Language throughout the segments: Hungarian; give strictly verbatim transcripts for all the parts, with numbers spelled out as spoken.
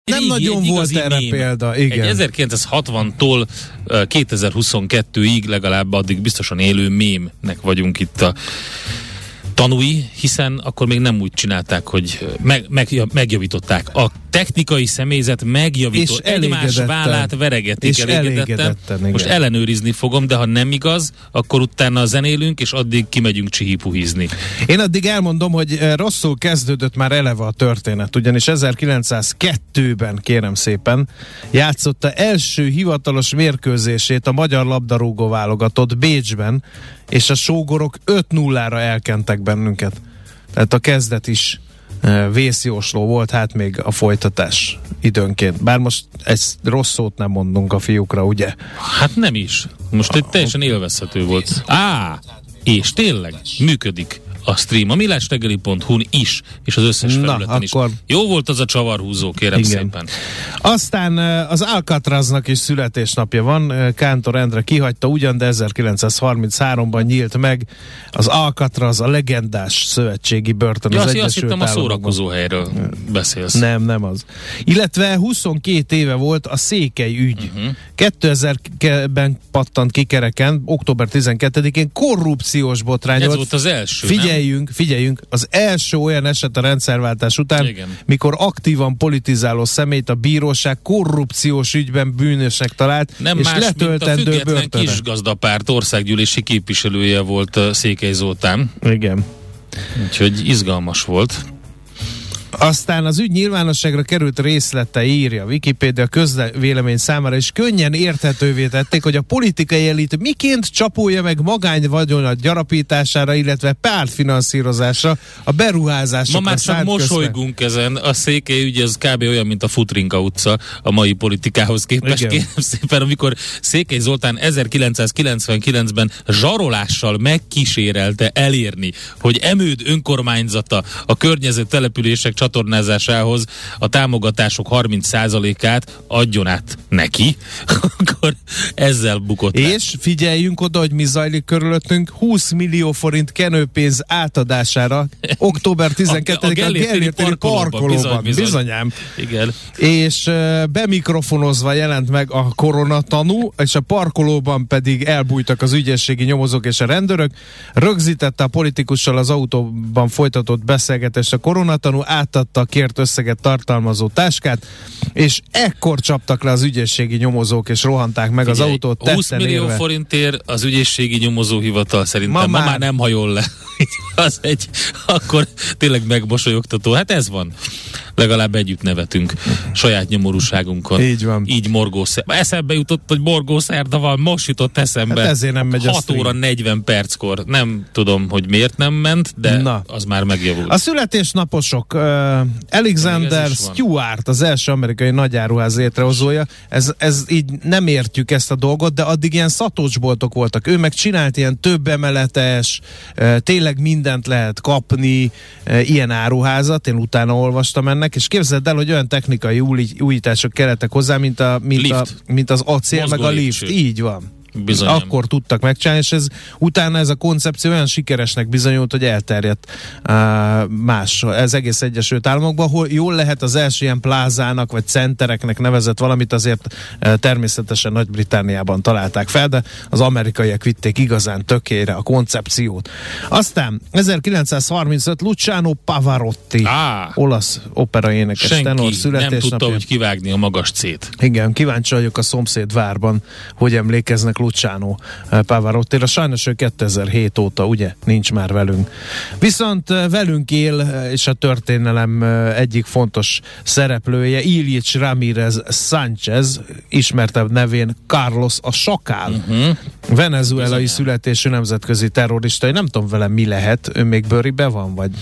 Nem régi, nagyon volt erre mém. Példa, igen. Egy ezerkilencszázhatvantól kétezer-huszonkettőig legalább addig biztosan élő mémnek vagyunk itt a tanúi, hiszen akkor még nem úgy csinálták, hogy meg, meg, megjavították. A technikai személyzet megjavított, egymás vállát veregetik és elégedetten. elégedetten Most ellenőrizni fogom, de ha nem igaz, akkor utána zenélünk, és addig kimegyünk csihipuhizni. Én addig elmondom, hogy rosszul kezdődött már eleve a történet, ugyanis ezerkilencszázkettőben, kérem szépen, játszotta első hivatalos mérkőzését a magyar labdarúgó válogatott Bécsben, és a sógorok öt nullára elkentek bennünket. Tehát a kezdet is vészjósló volt, hát még a folytatás időnként. Bár most egy rossz szót nem mondunk a fiúkra, ugye? Hát nem is. Most egy teljesen élvezhető volt. Á, és tényleg működik a stream a millástegeli pont hu-n is, és az összes felületen is. Jó volt az a csavarhúzó, kérem igen. szépen. Aztán az Alcatraznak is születésnapja van. Kántor Endre kihagyta ugyan, de ezerkilencszázharmincháromban nyílt meg az Alcatraz, a legendás szövetségi börtön. Ja, az azt Egyesült hittem a szórakozó helyről beszélsz. Nem, nem az. Illetve huszonkét éve volt a Székely ügy. Uh-huh. kétezerben pattant ki kereken, október tizenkettedikén korrupciós botrány. Ez volt az első, Figyeljünk, figyeljünk, az első olyan eset a rendszerváltás után, igen. mikor aktívan politizáló személyt a bíróság korrupciós ügyben bűnösnek talált, nem és más, letöltendő mint a független börtönre. Kisgazdapárt országgyűlési képviselője volt Székely Zoltán. Igen. Úgyhogy izgalmas volt. Aztán az ügy nyilvánosságra került részlete, írja Wikipédia, közvélemény számára is könnyen érthetővé tették, hogy a politikai elit miként csapolja meg magányvagyonat gyarapítására, illetve pártfinanszírozásra, a beruházásokra. Ma már csak mosolygunk ezen, a Székely ügy az kb. Olyan, mint a Futrinka utca a mai politikához képest. Kérem szépen, amikor Székely Zoltán ezerkilencszázkilencvenkilencben zsarolással megkísérelte elérni, hogy Emőd önkormányzata a környező települések csatornázásához a támogatások harminc százalékát adjon át neki, akkor ezzel bukott. És figyeljünk oda, hogy mi zajlik körülöttünk, húsz millió forint kenőpénz átadására október tizenkettedikén a, a Gellértéri parkolóban. parkolóban. Bizony, bizony. Bizonyám. Igen. És uh, bemikrofonozva jelent meg a koronatanú, és a parkolóban pedig elbújtak az ügyességi nyomozók és a rendőrök. Rögzítette a politikussal az autóban folytatott beszélgetést a koronatanú, átadta a kért összeget tartalmazó táskát, és ekkor csaptak le az ügyészségi nyomozók, és rohanták meg Figyelj, az autót. húsz millió érve. forintért az ügyészségi nyomozóhivatal szerintem ma, ma már, már nem hajol le. Az egy, akkor tényleg megmosolyogtató. Hát ez van. Legalább együtt nevetünk saját nyomorúságunkon. Így van. Így morgószerda. Eszembe jutott, hogy morgószerda van, most jutott eszembe. Hát ezért nem megy hat óra negyven perckor. Nem tudom, hogy miért nem ment, de Na. az már megjavult. A születésnaposok. Uh, Alexander Stewart, az első amerikai nagyáruház létrehozója. Ez, ez így nem értjük ezt a dolgot, de addig ilyen szatócsboltok voltak. Ő meg csinált ilyen több emeletes, uh, tényleg mindent lehet kapni, uh, ilyen áruházat. Én utána olvastam ennek, és képzeld el, hogy olyan technikai új, újítások kellettek hozzá, mint, a, mint, a, mint az acél, Mozgó meg a lift. Lépcső. Így van. Bizonyom. Akkor tudtak megcsinálni, és ez, utána ez a koncepció olyan sikeresnek bizonyult, hogy elterjedt uh, más, ez egész Egyesült Államokban, ahol jól lehet az első ilyen plázának, vagy centereknek nevezett valamit, azért uh, természetesen Nagy-Britanniában találták fel, de az amerikaiak vitték igazán tökére a koncepciót. Aztán ezerkilencszázharmincöt Luciano Pavarotti, ah, olasz operaénekes tenor születésnapja. Nem tudta, hogy kivágni a magas C-t. Igen, kíváncsi vagyok a szomszéd várban, hogy emlékeznek Luciano Pavarottira. Sajnos ő kétezer-hét óta ugye nincs már velünk. Viszont velünk él, és a történelem egyik fontos szereplője, Ilyich Ramírez Sánchez, ismertebb nevén Carlos a Sakál. Uh-huh. Venezuelai születésű nemzetközi terrorista. Én nem tudom vele mi lehet, ő még bőribe van, vagy...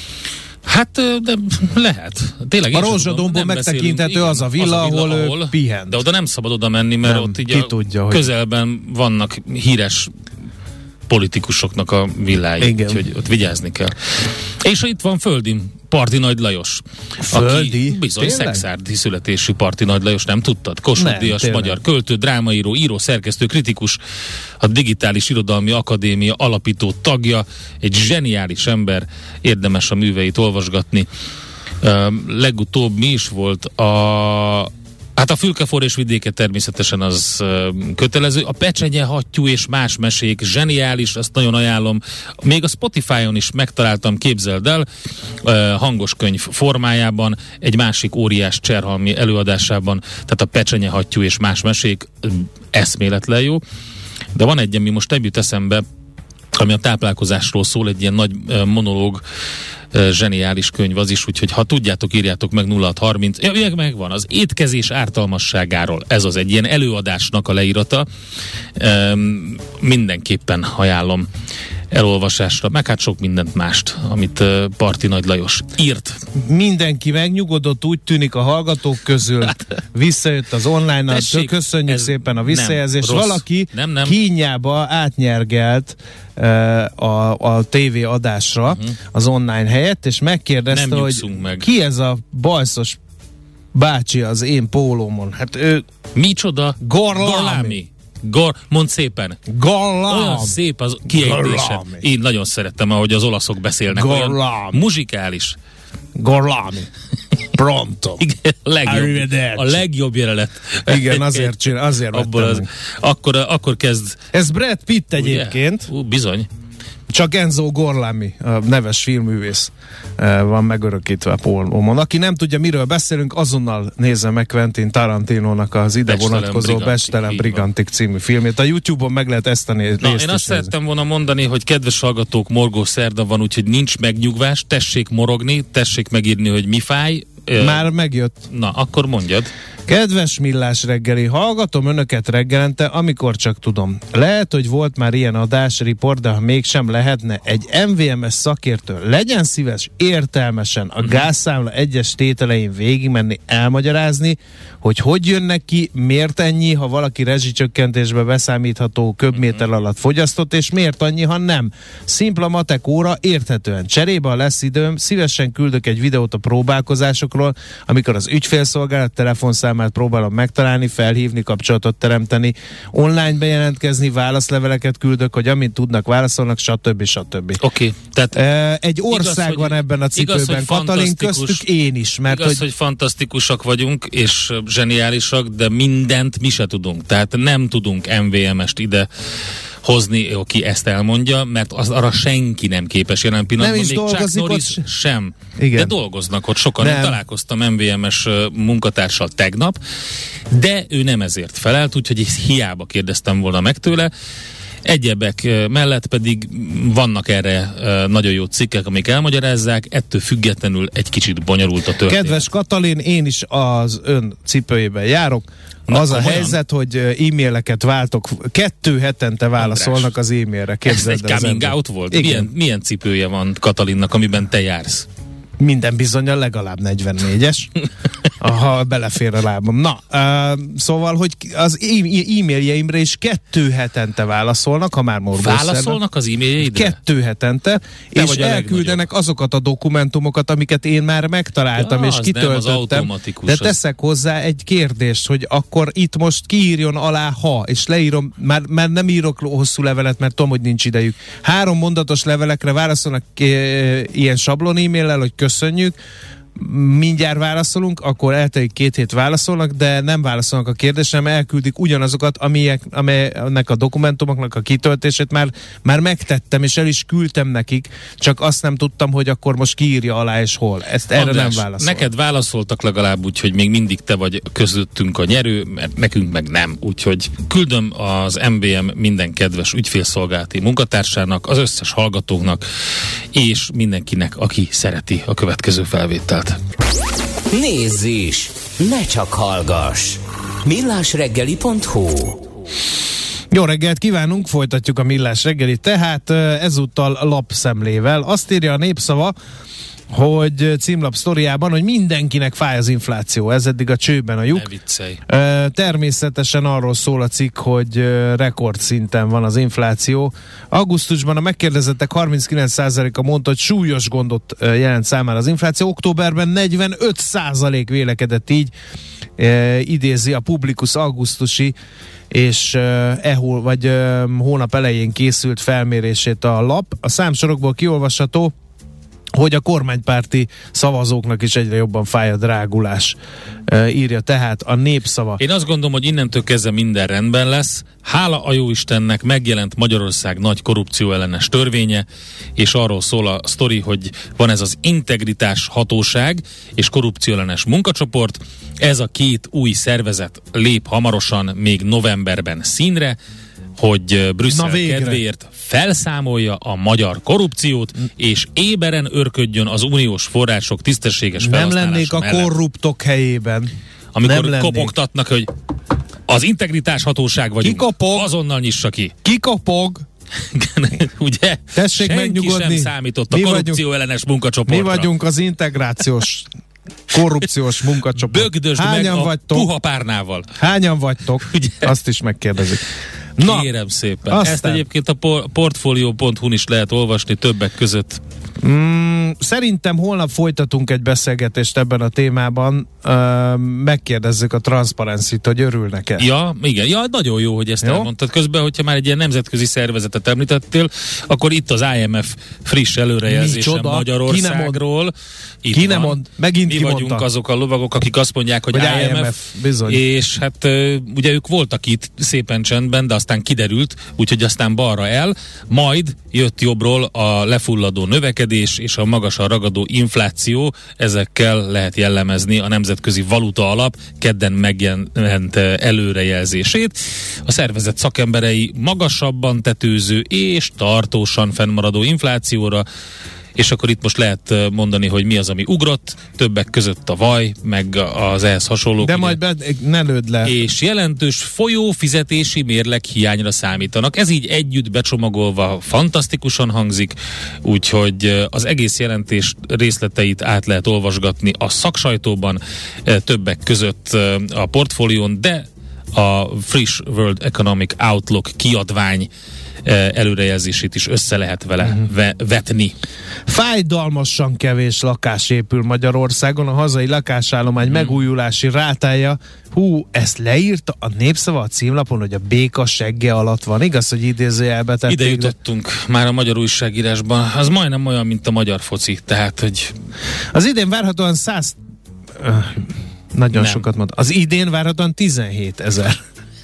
Hát, de lehet. Tényleg a Rózsadombon megtekinthető igen, az a villa, az a villa ahol, ahol pihent. De oda nem szabad oda menni, mert nem, ott így a tudja, közelben hogy... vannak híres politikusoknak a villái, úgyhogy ott vigyázni kell. És itt van földi Parti Nagy Lajos. Földi? Aki bizony szexárdi születésű Parti Nagy Lajos, nem tudtad? Kossuth Díjas magyar költő, drámaíró, író, szerkesztő, kritikus, a Digitális Irodalmi Akadémia alapító tagja, egy zseniális ember, érdemes a műveit olvasgatni. Uh, legutóbb mi is volt a Hát a fülkeforrás vidéke természetesen az uh, kötelező. A Pecsenye hattyú és más mesék zseniális, azt nagyon ajánlom. Még a Spotify-on is megtaláltam, képzeld el, uh, hangos könyv formájában, egy másik óriás Cserhalmi előadásában, tehát a Pecsenye hattyú és más mesék uh, eszméletlen jó. De van egy, ami most nem jut eszembe, ami a táplálkozásról szól, egy ilyen nagy uh, monológ, zseniális könyv az is, úgyhogy ha tudjátok, írjátok meg nulla hat harminc. Ja, meg megvan, az étkezés ártalmasságáról. Ez az egy ilyen előadásnak a leírata. Üm, mindenképpen ajánlom elolvasásra, meg hát sok mindent mást, amit uh, Parti Nagy Lajos írt. Mindenki megnyugodott, úgy tűnik a hallgatók közül. Visszajött az online-nal, köszönjük szépen a visszajelzést. Valaki nem, nem. Kínjába átnyergelt uh, a, a tévé adásra uh-huh. az online helyett, és megkérdezte, hogy meg. Ki ez a bajszos bácsi az én pólómon? Hát ő... Micsoda? Gorlami. Gorlami. Gor, mondd szépen. Gorlami. Olyan szép az kiejtése. Én nagyon szerettem, ahogy az olaszok beszélnek. Gorlami. Olyan muzsikális. Gorlami. Pronto. Igen, a legjobb, a legjobb jelenet. Igen, azért csinál, azért Abból az, akkor, akkor kezd. Ez Brad Pitt egyébként. Ú, bizony. Csak Enzo Gorlami, a neves filmművész van megörökítve a pólómon. Aki nem tudja, miről beszélünk, azonnal nézze meg Quentin Tarantinónak az ide Bestelen vonatkozó Bestelen Brigantik című filmét. A YouTube-on meg lehet ezt a néz- Na, nézt én is azt nézni. szerettem volna mondani, hogy kedves hallgatók, morgó szerda van, úgyhogy nincs megnyugvás, tessék morogni, tessék megírni, hogy mi fáj. Már megjött. Na, akkor mondjad. Kedves Millás reggeli, hallgatom önöket reggelente, amikor csak tudom. Lehet, hogy volt már ilyen adásriport, de ha mégsem lehetne, egy em vé em es szakértő legyen szíves értelmesen a gázszámla egyes tételein végigmenni, elmagyarázni, hogy hogy jönnek ki, miért ennyi, ha valaki rezsicsökkentésbe beszámítható köbméter alatt fogyasztott, és miért annyi, ha nem. Szimpla matek óra, érthetően. Cserébe, ha lesz időm, szívesen küldök egy videót a próbálkozásokról, amikor az ügyfélszolgálat telefonszámát próbálom megtalálni, felhívni, kapcsolatot teremteni, online bejelentkezni, válaszleveleket küldök, hogy amint tudnak, válaszolnak, stb. stb. Oké. Okay. Tehát e, egy ország igaz, van hogy, ebben a cipőben, igaz, Katalin, köztük én is. Mert igaz, hogy... hogy fantasztikusak vagyunk, és zseniálisak, de mindent mi se tudunk. Tehát nem tudunk em vé em est ide hozni, aki ezt elmondja, mert az, arra senki nem képes jelen pillanatban. Nem is még Chuck Norris ott... sem. Igen. De dolgoznak ott sokan. Nem. Én találkoztam em vé em es munkatársal tegnap, de ő nem ezért felelt, úgyhogy hiába kérdeztem volna meg tőle. Egyebek mellett pedig vannak erre nagyon jó cikkek, amik elmagyarázzák, ettől függetlenül egy kicsit bonyolult a történet. Kedves Katalin, én is az ön cipőjében járok. Na, az komolyan? A helyzet, hogy e-maileket váltok, kettő hetente válaszolnak az e-mailre. Ez egy coming out volt? Milyen, milyen cipője van Katalinnak, amiben te jársz? Minden bizonnyal legalább negyvennégyes, ha belefér a lábam. Na, uh, szóval, hogy az e-mailjeimre is kettő hetente válaszolnak, ha már morgószerben. Válaszolnak az e-mailjeidre? Kettő hetente, te és elküldenek azokat a dokumentumokat, amiket én már megtaláltam, ja, és kitöltöttem. De teszek hozzá egy kérdést, hogy akkor itt most kiírjon alá, ha, és leírom, már, már nem írok hosszú levelet, mert tudom, hogy nincs idejük. Három mondatos levelekre válaszolnak e, ilyen sablon e-maillel, hogy köszönjük, mindjárt válaszolunk, akkor eltelik két hét válaszolnak, de nem válaszolnak a kérdésre, hanem elküldik ugyanazokat, amelyek, amelynek a dokumentumoknak a kitöltését már, már megtettem, és el is küldtem nekik, csak azt nem tudtam, hogy akkor most kiírja alá és hol. Ezt erre András, nem válaszol. Neked válaszoltak legalább úgy, hogy még mindig te vagy közöttünk a nyerő, mert nekünk meg nem. Úgyhogy küldöm az em vé em minden kedves ügyfélszolgálati munkatársának, az összes hallgatóknak, és mindenkinek, aki szereti a következő felvételt. Nézz is! Ne csak hallgass! millásreggeli pont hu. Jó reggelt kívánunk, folytatjuk a Millás reggelit, tehát ezúttal lapszemlével. Azt írja a Népszava, hogy címlap sztoriában, hogy mindenkinek fáj az infláció. Ez eddig a csőben a lyuk. Természetesen arról szól a cikk, hogy rekordszinten van az infláció. Augusztusban a megkérdezettek harminckilenc százaléka mondta, hogy súlyos gondot jelent számára az infláció. Októberben negyvenöt százalék vélekedett így. Idézi a Publikus augusztusi és e hó, vagy hónap elején készült felmérését a lap. A számsorokból kiolvasható, hogy a kormánypárti szavazóknak is egyre jobban fáj a drágulás, e, írja tehát a Népszava. Én azt gondolom, hogy innentől kezdve minden rendben lesz. Hála a jóistennek megjelent Magyarország nagy korrupció ellenes törvénye, és arról szól a sztori, hogy van ez az integritás hatóság és korrupció ellenes munkacsoport. Ez a két új szervezet lép hamarosan, még novemberben színre, hogy Brüsszel kedvéért felszámolja a magyar korrupciót, és éberen örködjön az uniós források tisztességes felhasználása Nem lennék a mellett. Korruptok helyében. Amikor nem kopogtatnak, hogy az integritás hatóság vagyunk, Kikopog? azonnal nyissa ki. Kikopog? Ugye? Tessék senki megnyugodni. sem számított a Mi korrupció vagyunk, ellenes munkacsoportra. Mi vagyunk az integrációs korrupciós munkacsoport. Bögdösd meg a vagytok? puha párnával. Hányan vagytok? Ugye? Azt is megkérdezik. Na, kérem szépen. aztán. Ezt egyébként a por- portfolio pont hu-n is lehet olvasni többek között. Mm, szerintem holnap folytatunk egy beszélgetést ebben a témában. Uh, megkérdezzük a Transparency-t, hogy örülnek-e. Ja, igen. Ja, nagyon jó, hogy ezt jó? elmondtad. Közben, hogyha már egy ilyen nemzetközi szervezetet említettél, akkor itt az I M F friss előrejelzése Micsoda? Magyarországról. Itt Ki nem van. mond? Megint Mi ki vagyunk mondta? azok a lovagok, akik azt mondják, hogy, hogy I M F, I M F bizony. És hát ugye ők voltak itt szépen csendben, de aztán kiderült, úgyhogy aztán balra el, majd jött jobbról a lefulladó növekedés és a magasan ragadó infláció, ezekkel lehet jellemezni a Nemzetközi Valuta Alap kedden megjelent előrejelzését. A szervezet szakemberei magasabban tetőző és tartósan fennmaradó inflációra, és akkor itt most lehet mondani, hogy mi az, ami ugrott, többek között a vaj, meg az ehhez hasonlók. De majd be, ne lőd le. És jelentős folyófizetési mérleg hiányra számítanak. Ez így együtt becsomagolva fantasztikusan hangzik, úgyhogy az egész jelentés részleteit át lehet olvasgatni a szaksajtóban, többek között a portfólión, de a friss World Economic Outlook kiadvány előrejelzését is össze lehet vele uh-huh. ve- vetni. Fájdalmasan kevés lakás épül Magyarországon, a hazai lakásállomány hmm. megújulási rátája, hú, ezt leírta a Népszava a címlapon, hogy a béka segge alatt van. Igaz, hogy idézőjelbe tették? Ide jutottunk már a magyar újságírásban. Az majdnem olyan, mint a magyar foci, tehát, hogy... Az idén várhatóan száz... Uh, nagyon Nem. sokat mond. Az idén várhatóan tizenhét ezer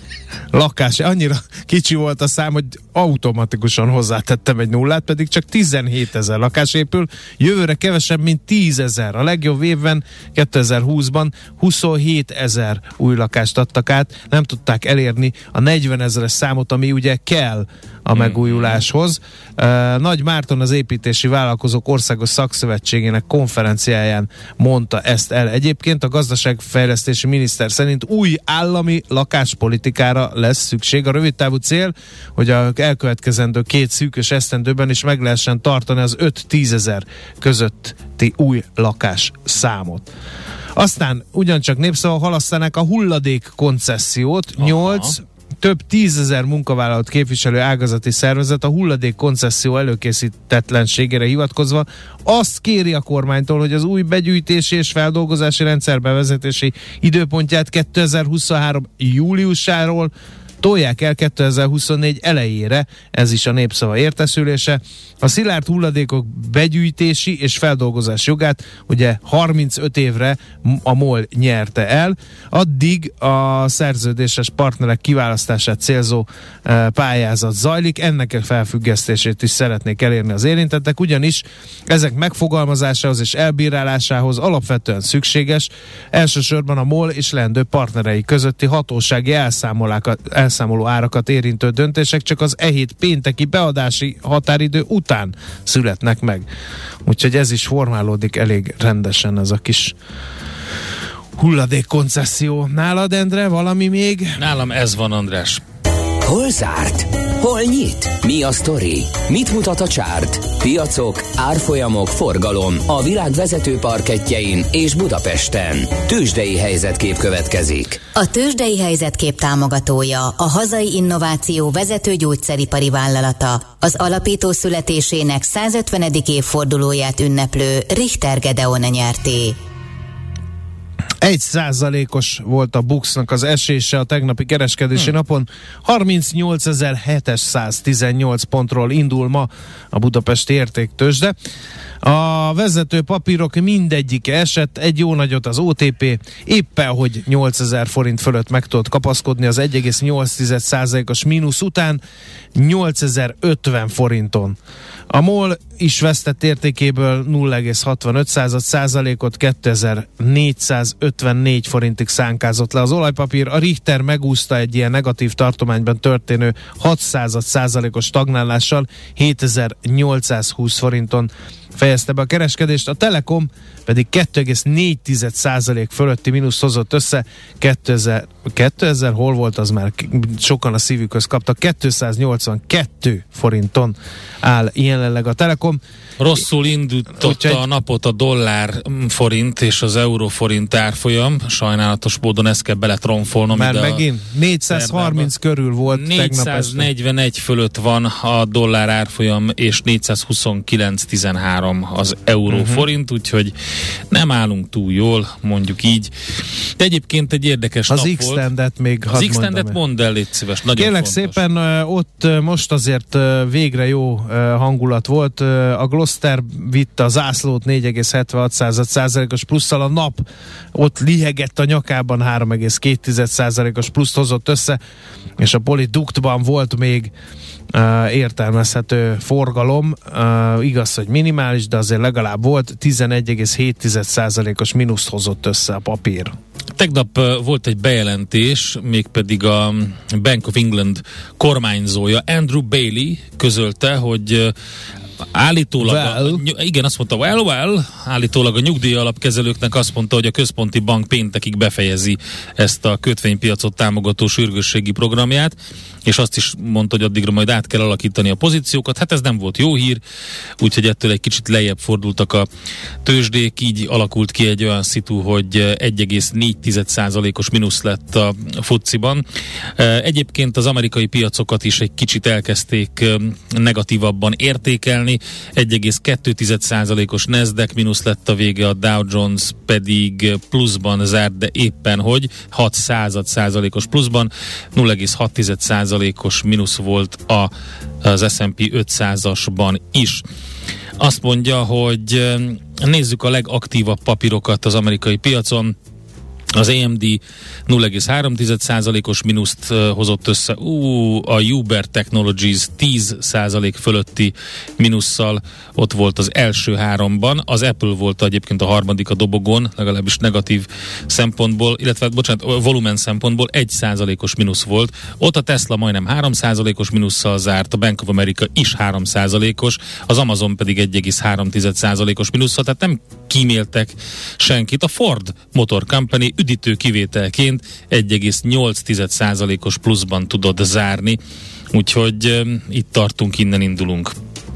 lakás. Annyira kicsi volt a szám, hogy automatikusan hozzátettem egy nullát, pedig csak tizenhét ezer lakás épül. Jövőre kevesebb, mint tízezer. A legjobb évben, kétezer-húszban huszonhét ezer új lakást adtak át. Nem tudták elérni a negyven ezeres számot, ami ugye kell a megújuláshoz. Uh, Nagy Márton, az Építési Vállalkozók Országos Szakszövetségének konferenciáján mondta ezt el. Egyébként a gazdaságfejlesztési miniszter szerint új állami lakáspolitikára lesz szükség. A rövidtávú cél, hogy a elkövetkezendő két szűkös esztendőben is meg lehessen tartani az öt-tízezer közötti új lakás számot. Aztán ugyancsak Népszava, halasztanák a hulladék koncessziót. nyolc több tízezer munkavállalat képviselő ágazati szervezet a hulladék koncesszió előkészítetlenségére hivatkozva azt kéri a kormánytól, hogy az új begyűjtési és feldolgozási rendszer bevezetési időpontját kétezer-huszonhárom júliusáról tolják el kétezer-huszonnégy elejére, ez is a Népszava értesülése. A szilárd hulladékok begyűjtési és feldolgozás jogát ugye harmincöt évre a MOL nyerte el, addig a szerződéses partnerek kiválasztását célzó e, pályázat zajlik, ennek a felfüggesztését is szeretnék elérni az érintettek, ugyanis ezek megfogalmazásához és elbírálásához alapvetően szükséges elsősorban a MOL és leendő partnerei közötti hatósági elszámoló árakat érintő döntések csak az e hét pénteki beadási határidő után születnek meg. Úgyhogy ez is formálódik elég rendesen, ez a kis hulladék koncesszió. Nálad, Endre, valami még? Nálam ez van, András. Hol zárt? Hol nyit? Mi a sztori? Mit mutat a csárt? Piacok, árfolyamok, forgalom a világ vezető parkettjein és Budapesten. Tőzsdei helyzetkép következik. A Tőzsdei helyzetkép támogatója a hazai innováció vezető gyógyszeripari vállalata, az alapító születésének százötvenedik évfordulóját ünneplő Richter Gedeon nyerté. Egy százalékos volt a buksznak az esése a tegnapi kereskedési hmm. napon. harmincnyolcezer-hétszáztizennyolc pontról indul ma a budapesti értéktőzsde. A vezető papírok mindegyike esett, egy jó nagyot az o té pé, éppen hogy nyolcezer forint fölött meg tudott kapaszkodni az egy egész nyolc százalékos mínusz után nyolcezer-ötven forinton. A MOL is vesztett értékéből nulla egész hatvanöt százalékot, kétezer-négyszázötvennégy forintig szánkázott le az olajpapír. A Richter megúszta egy ilyen negatív tartományban történő hat százalékos stagnálással, hétezer-nyolcszázhúsz forinton fejezte be a kereskedést. A Telekom pedig két egész négy százalék fölötti mínusz hozott össze. kétezer, kétezer hol volt, az már sokan a szívükhöz kaptak. kétszáznyolcvankettő forinton áll jelenleg a Telekom. Rosszul indította Úgyhogy... a napot a dollár forint és az euró forint árfolyam. Sajnálatos módon ezt kell beletronfolnom. Már megint négyszázharminc körül volt négyszáznegyvenegy fölött van a dollár árfolyam, és négyszázhuszonkilenc tizenhárom az euró uh-huh. forint, úgyhogy nem állunk túl jól, mondjuk így. De egyébként egy érdekes az nap X-tendet volt. Még az X-tendet mondd el, légy szíves. Nagyon Kérlek fontos. Szépen ott most azért végre jó hangulat volt. A Gloster vitte a zászlót négy egész hetvenhat százalékos plusszal, a nap ott lihegett a nyakában, három egész két százalékos pluszt hozott össze, és a Polyductban volt még Uh, értelmezhető forgalom, uh, igaz, hogy minimális, de azért legalább volt, tizenegy egész hét százalékos mínuszt hozott össze a papír. Tegnap uh, volt egy bejelentés, mégpedig a Bank of England kormányzója Andrew Bailey közölte, hogy uh, állítólag, well. a, igen, azt mondta, well, well, állítólag a nyugdíj alapkezelőknek azt mondta, hogy a központi bank péntekig befejezi ezt a kötvénypiacot támogató sürgősségi programját, és azt is mondta, hogy addigra majd át kell alakítani a pozíciókat. Hát ez nem volt jó hír, úgyhogy ettől egy kicsit lejjebb fordultak a tőzsdék, így alakult ki egy olyan szitu, hogy egy egész négy százalékos mínusz lett a futsiban. Egyébként az amerikai piacokat is egy kicsit elkezdték negatívabban értékelni, egy egész kettő százalékos Nasdaq mínusz lett a vége, a Dow Jones pedig pluszban zárt, de éppen hogy hat százalékos pluszban, nulla egész hat százalékos mínusz volt a, az es and pé ötszázasban is. Azt mondja, hogy nézzük a legaktívabb papírokat az amerikai piacon. Az á em dé nulla egész három százalékos mínuszt uh, hozott össze. Ú, a Uber Technologies tíz százalék fölötti mínusszal ott volt az első háromban. Az Apple volt egyébként a harmadik a dobogon, legalábbis negatív szempontból, illetve, bocsánat, volumen szempontból egy százalékos mínusz volt. Ott a Tesla majdnem három százalékos mínusszal zárt, a Bank of America is három százalékos, az Amazon pedig egy egész három százalékos mínusszal, tehát nem kíméltek senkit. A Ford Motor Company üdítő kivételként egy egész nyolc százalékos pluszban tudod zárni, úgyhogy um, itt tartunk, innen indulunk.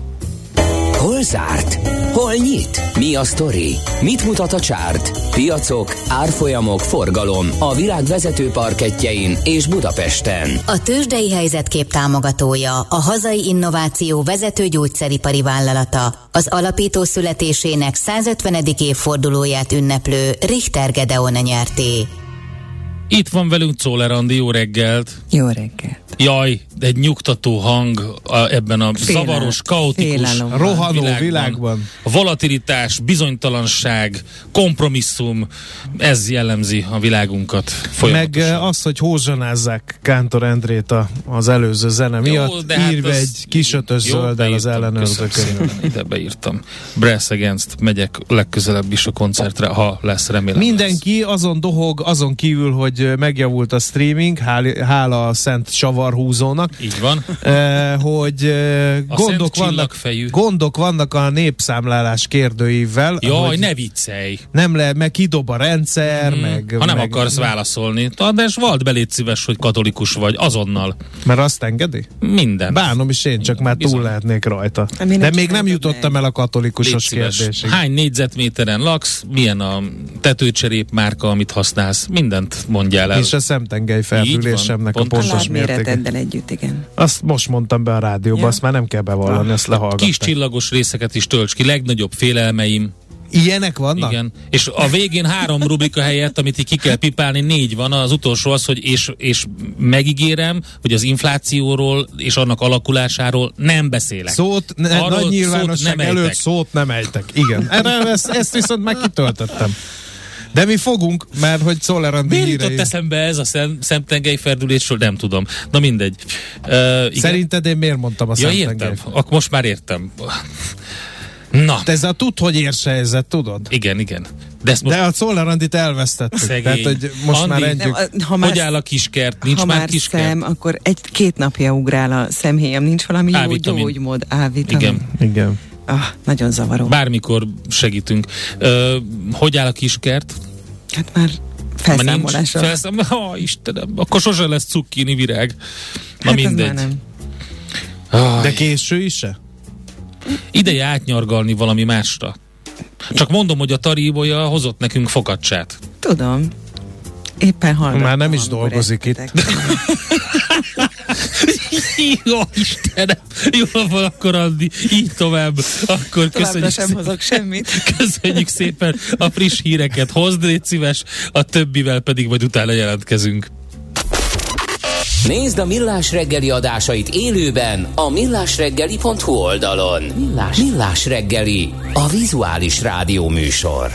Hol zárt? Hol nyit? Mi a sztori? Mit mutat a csárt? Piacok, árfolyamok, forgalom a világ vezető parkettjein és Budapesten. A tőzsdei helyzetkép támogatója, a hazai innováció vezető gyógyszeripari vállalata, az alapító születésének százötvenedik évfordulóját ünneplő Richter Gedeon nyerté. Itt van velünk Czoller Andi, jó reggelt! Jó reggelt! Jaj, egy nyugtató hang a, ebben a Félel, zavaros, kaotikus rohanó világban. világban. A volatilitás, bizonytalanság, kompromisszum, ez jellemzi a világunkat folyamatosan. Meg az, hogy hózsanázzák Kántor Endrét a, az előző zene miatt, jó, írva hát egy kisötös zölddel az ellenőrzőkönyvön. Ide beírtam. Brass Against, megyek legközelebb is a koncertre, ha lesz, remélem. Mindenki lesz. azon dohog, azon kívül, hogy megjavult a streaming, hála a szent savarhúzónak. Így van. Eh, hogy eh, gondok, vannak, gondok vannak a népszámlálás kérdőívvel. Jaj, ne viccelj! Nem lehet, meg kidob a rendszer, mm. meg... Ha nem meg, akarsz meg... válaszolni, de és vald be, légy szíves, hogy katolikus vagy, azonnal. Mert azt engedi? Minden. Bánom is én, csak már túl lehetnék rajta. De, de még nem jutottam el a katolikusos kérdésig. Hány négyzetméteren laksz? Milyen a tetőcserép márka, amit használsz? Mindent mondjál el. És a szemtengely felfűlésemnek a pontos mértéke. Együtt, igen. Azt most mondtam be a rádióba, ja. Azt már nem kell bevallani, ah. ezt lehallgatták. Kis csillagos részeket is tölts ki, legnagyobb félelmeim. Ilyenek vannak? Igen. És a végén három rubrika helyett, amit így ki kell pipálni, négy van. Az utolsó az, hogy és, és megígérem, hogy az inflációról és annak alakulásáról nem beszélek. Szót, ne, nagy nyilvánosság szót előtt szót nem ejtek. Igen. Erre ezt, ezt viszont meg kitöltöttem. De mi fogunk, mert hogy Czoller Andi hírei. Miért jutott eszembe ez a szem, szemtengely ferdülésről? Nem tudom. Na mindegy. Uh, Szerinted én miért mondtam a ja, szemtengely? értem. Akkor most már értem. Na. Te ez a tud, hogy érse helyzet, tudod? Igen, igen. De, most De a Czoller Andit elvesztettük. Szegény. Tehát, hogy most Andi, már rendjük. Nem, ha már, hogy áll a kiskert? Nincs ha már, már kiskert? szem, akkor egy-két napja ugrál a szemhéjam. Nincs valami jó gyógymód? A-vitamin. Igen. Igen. Ah, nagyon zavaró. Bármikor segítünk. Uh, hogy áll a kiskert? Hát már felszámolásra. Felszám... Oh, Istenem, akkor sose lesz cukkini virág. Na hát mindegy. Nem. Oh. De késő is se? Ideje átnyargalni valami másra. Csak mondom, hogy a Taríboja hozott nekünk fokacsát. Tudom. Éppen hallgattam. Már nem is dolgozik itt. Jó Istenem! Jól van akkor, Andi. Így tovább. Akkor köszönjük sem szépen. Hozok semmit. Köszönjük szépen a friss híreket. Hozd, légy szíves, a többivel pedig majd utána jelentkezünk. Nézd a Millás reggeli adásait élőben a millásreggeli pont hu oldalon. Millás, Millás reggeli, a vizuális rádió műsor.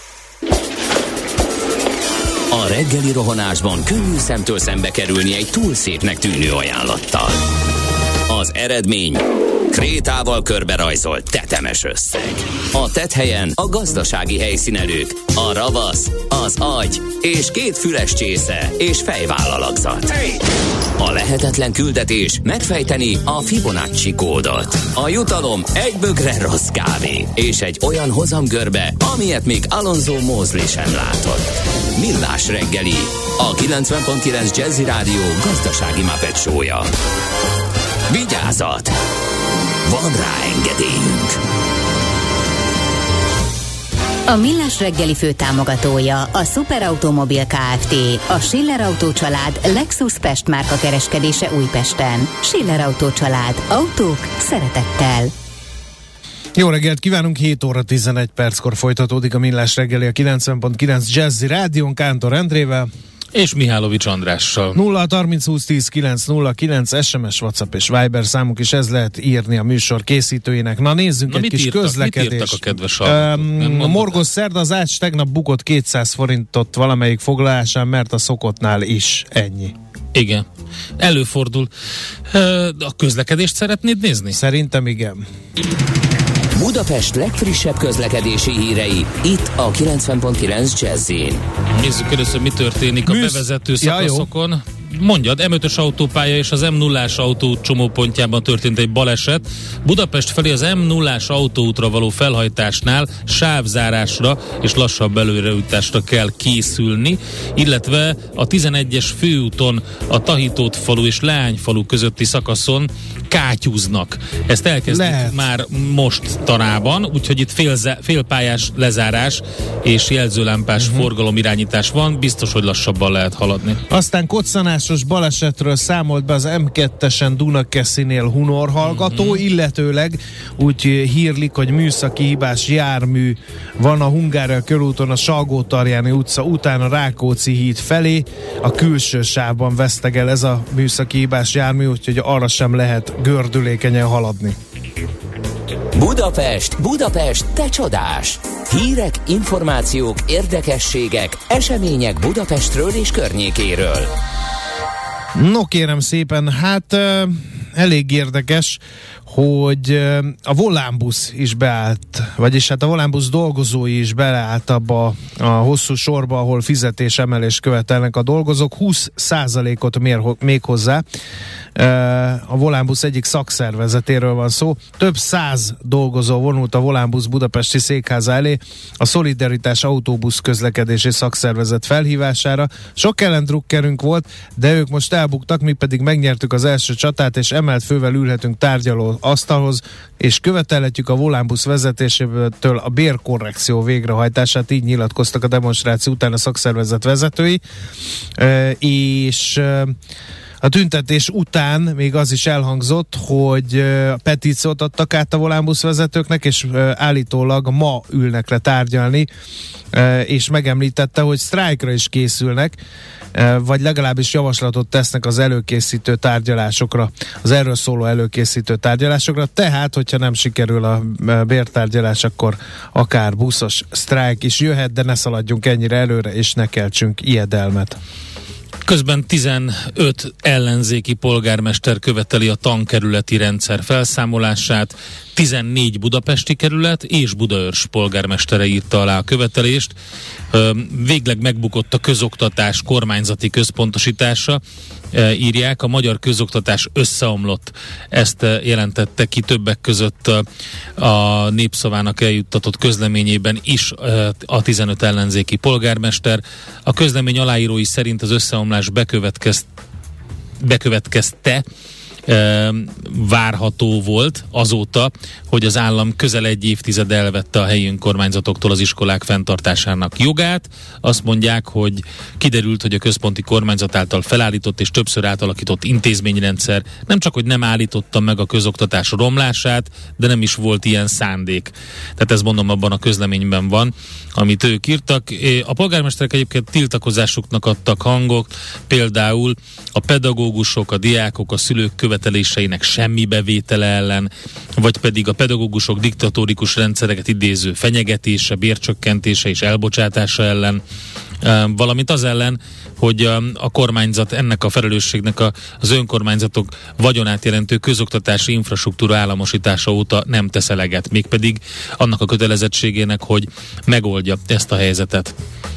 A reggeli rohanásban könnyű szemtől szembe kerülni egy túl szépnek tűnő ajánlattal. Az eredmény krétával körberajzolt tetemes összeg. A tetthelyen a gazdasági helyszínelők, a ravasz, az agy és két füles csésze és fejvállalakzat. A lehetetlen küldetés megfejteni a Fibonacci kódot. A jutalom egy bögre rossz kávé és egy olyan hozamgörbe, amilyet még Alonso Mosley sem látott. Millás reggeli, a kilencven pont kilenc Jazzy Rádió gazdasági Muppet show-ja. Vigyázat! Van rá engedélyünk! A Millás reggeli főtámogatója a Superautomobil Kft. A Schiller Autó család Lexus Pest márka kereskedése Újpesten. Schiller Autó család. Autók szeretettel. Jó reggelt kívánunk, hét óra tizenegy perckor folytatódik a Millás reggeli a kilencven pont kilenc Jazzy Rádión Kántor Endrével és Mihálovics Andrással. nulla harminc húsz tíz kilenc nulla kilenc es em es, WhatsApp és Viber számunk is, ez lehet írni a műsor készítőinek. Na nézzünk Na, egy kis írtak, közlekedést. a kedves um, a Morgos szerda, az Ács tegnap bukott kétszáz forintot valamelyik foglalásán, mert a szokottnál is ennyi. Igen. Előfordul. A közlekedést szeretnéd nézni? Szerintem igen. Budapest legfrissebb közlekedési hírei, itt a kilencven pont kilenc Jazzyn. Nézzük először, mi történik Műsz... a bevezető szakaszokon. Ja, mondjad, em ötös autópálya és az em nullás autóút csomópontjában történt egy baleset. Budapest felé az em nullás autóútra való felhajtásnál sávzárásra és lassabb előrejutásra kell készülni, illetve a tizenegyes főúton a Tahitót falu és Leányfalu közötti szakaszon kátyúznak. Ezt elkezdik Lehet. már most tanában, úgyhogy itt félze, félpályás lezárás és jelzőlámpás uh-huh. forgalomirányítás van, biztos, hogy lassabban lehet haladni. Aztán koccanásos balesetről számolt be az em kettesen Dunakeszinél Hunor hallgató, uh-huh. illetőleg úgy hírlik, hogy műszaki hibás jármű van a Hungária körúton a Salgótarjáni utca után a Rákóczi híd felé, a külső sávban vesztegel ez a műszaki hibás jármű, úgyhogy arra sem lehet gördülékenyen haladni. Budapest, Budapest, te csodás! Hírek, információk, érdekességek, események Budapestről és környékéről. No kérem szépen, hát uh, elég érdekes, hogy uh, a Volánbusz is beállt, vagyis hát a Volánbusz dolgozói is beállt abba a hosszú sorba, ahol fizetésemelést követelnek a dolgozók, húsz százalékot mér még hozzá. Uh, a Volánbusz egyik szakszervezetéről van szó. Több száz dolgozó vonult a Volánbusz budapesti székháza elé a Szolidaritás autóbusz közlekedési szakszervezet felhívására. Sok ellendrukkerünk volt, de ők most elbuktak, mi pedig megnyertük az első csatát, és emelt fővel ülhetünk tárgyaló asztalhoz, és követelhetjük a Volánbusz vezetésétől a bérkorrekció végrehajtását, így nyilatkoztak a demonstráció után a szakszervezet vezetői, uh, és uh, A tüntetés után még az is elhangzott, hogy petíciót adtak át a Volánbusz vezetőknek, és állítólag ma ülnek le tárgyalni, és megemlítette, hogy sztrájkra is készülnek, vagy legalábbis javaslatot tesznek az előkészítő tárgyalásokra, az erről szóló előkészítő tárgyalásokra, tehát, hogyha nem sikerül a bértárgyalás, akkor akár buszos sztrájk is jöhet, de ne szaladjunk ennyire előre, és ne keltsünk ijedelmet. Közben tizenöt ellenzéki polgármester követeli a tankerületi rendszer felszámolását, tizennégy budapesti kerület és Budaörs polgármestere írta alá a követelést. Végleg megbukott a közoktatás kormányzati központosítása, írják, a magyar közoktatás összeomlott. Ezt jelentette ki többek között a Népszavának eljuttatott közleményében is a tizenöt ellenzéki polgármester. A közlemény aláírói szerint az összeomlás bekövetkezt, bekövetkezte, várható volt azóta, hogy az állam közel egy évtized elvette a helyi önkormányzatoktól az iskolák fenntartásának jogát. Azt mondják, hogy kiderült, hogy a központi kormányzat által felállított és többször átalakított intézményrendszer nem csak, hogy nem állította meg a közoktatás romlását, de nem is volt ilyen szándék. Tehát ez mondom abban a közleményben van, amit ők írtak. A polgármesterek egyébként tiltakozásuknak adtak hangok, például a pedagógusok, a diákok, a szülők követeléseinek semmi bevétele ellen, vagy pedig a pedagógusok diktatórikus rendszereket idéző fenyegetése, bércsökkentése és elbocsátása ellen, valamint az ellen, hogy a, a kormányzat ennek a felelősségnek a, az önkormányzatok vagyonát jelentő közoktatási infrastruktúra államosítása óta nem tesz eleget, mégpedig annak a kötelezettségének, hogy megoldja ezt a helyzetet.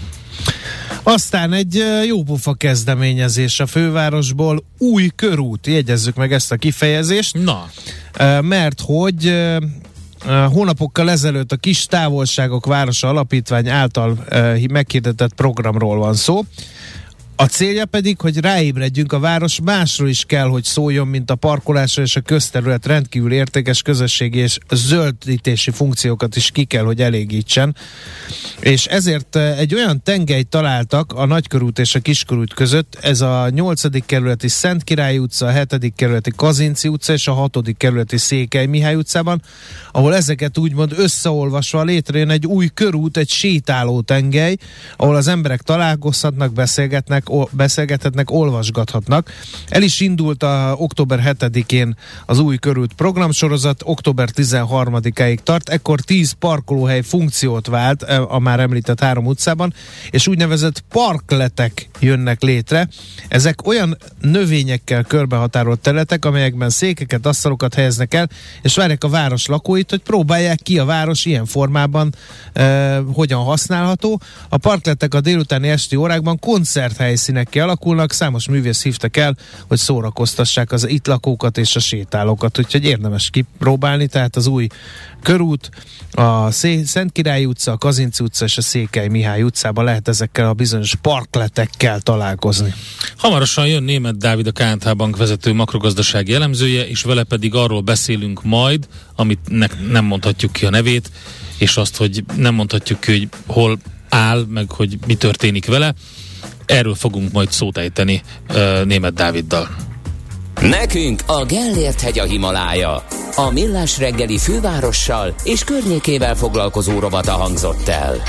Aztán egy jópofa kezdeményezés a fővárosból, új körút, jegyezzük meg ezt a kifejezést. Na. Mert hogy hónapokkal ezelőtt a Kis Távolságok Városa Alapítvány által meghirdetett programról van szó. A célja pedig, hogy ráébredjünk, a város másról is kell, hogy szóljon, mint a parkolásra, és a közterület rendkívül értékes közösségi és zöldítési funkciókat is ki kell, hogy elégítsen. És ezért egy olyan tengelyt találtak a Nagykörút és a Kiskörút között, ez a nyolcadik kerületi Szent Király utca, a hetedik kerületi Kazinczy utca és a hatodik kerületi Székely Mihály utcában, ahol ezeket úgymond összeolvasva létrejön egy új körút, egy sétáló tengely, ahol az emberek találkozhatnak, beszélgetnek, beszélgethetnek, olvasgathatnak. El is indult a október hetedikén az új körút programsorozat, október tizenharmadikáig tart, ekkor tíz parkolóhely funkciót vált a már említett három utcában, és úgynevezett parkletek jönnek létre. Ezek olyan növényekkel körbehatárolt területek, amelyekben székeket, asztalokat helyeznek el, és várják a város lakóit, hogy próbálják ki a város ilyen formában eh, hogyan használható. A parkletek a délutáni esti órákban koncerthely színekkel alakulnak, számos művész hívtak el, hogy szórakoztassák az itt lakókat és a sétálókat, úgyhogy érdemes kipróbálni, tehát az új körút, a Szé- Szent Király utca, a Kazinczy utca és a Székely Mihály utcában lehet ezekkel a bizonyos parkletekkel találkozni. Hamarosan jön Németh Dávid, a ká en té Bank vezető makrogazdasági elemzője, és vele pedig arról beszélünk majd, amit ne- nem mondhatjuk ki a nevét, és azt, hogy nem mondhatjuk ki, hogy hol áll, meg hogy mi történik vele. Erről fogunk majd szót ejteni uh, Németh Dáviddal. Nekünk a Gellért-hegy a Himalája. A Millás reggeli fővárossal és környékével foglalkozó rovata hangzott el.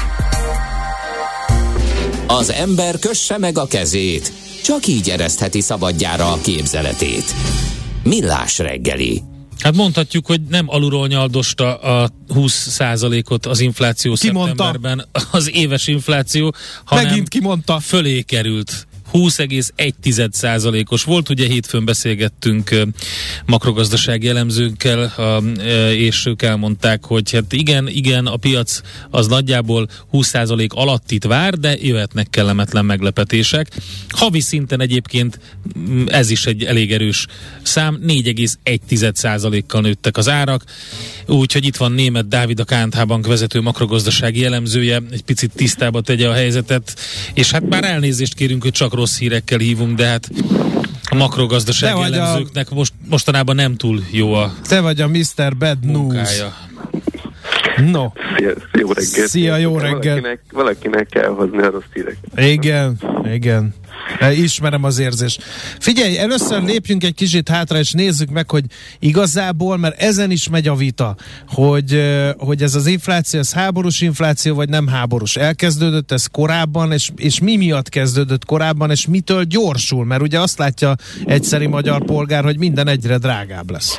Az ember kösse meg a kezét, csak így eresztheti szabadjára a képzeletét. Millás reggeli. Hát mondhatjuk, hogy nem alulról nyaldosta a húsz százalékot az infláció ki szeptemberben, mondta? Az éves infláció, hanem megint kimondta. Fölé került. húsz egész egy százalékos volt, ugye hétfőn beszélgettünk makrogazdasági elemzőkkel, és ők elmondták, hogy hát igen, igen, a piac az nagyjából húsz százalék alatt itt vár, de jöhetnek kellemetlen meglepetések. Havi szinten egyébként ez is egy elég erős szám, négy egész egy százalékkal nőttek az árak, úgyhogy itt van Németh Dávid, a ká en té Bank vezető makrogazdasági elemzője, egy picit tisztába tegye a helyzetet, és hát már elnézést kérünk, hogy csak rossz hírekkel hívunk, de hát a makrogazdasági elemzőknek most, mostanában nem túl jó a Te vagy a miszter Bad munkája. News. No. Szia, jó reggelt. Szia, jó reggelt. Valakinek, valakinek kell hozni a rossz híreket. Igen, igen. Ismerem az érzést. Figyelj, először lépjünk egy kicsit hátra, és nézzük meg, hogy igazából, mert ezen is megy a vita, hogy, hogy ez az infláció, ez háborús infláció, vagy nem háborús. Elkezdődött ez korábban, és, és mi miatt kezdődött korábban, és mitől gyorsul? Mert ugye azt látja egyszeri magyar polgár, hogy minden egyre drágább lesz.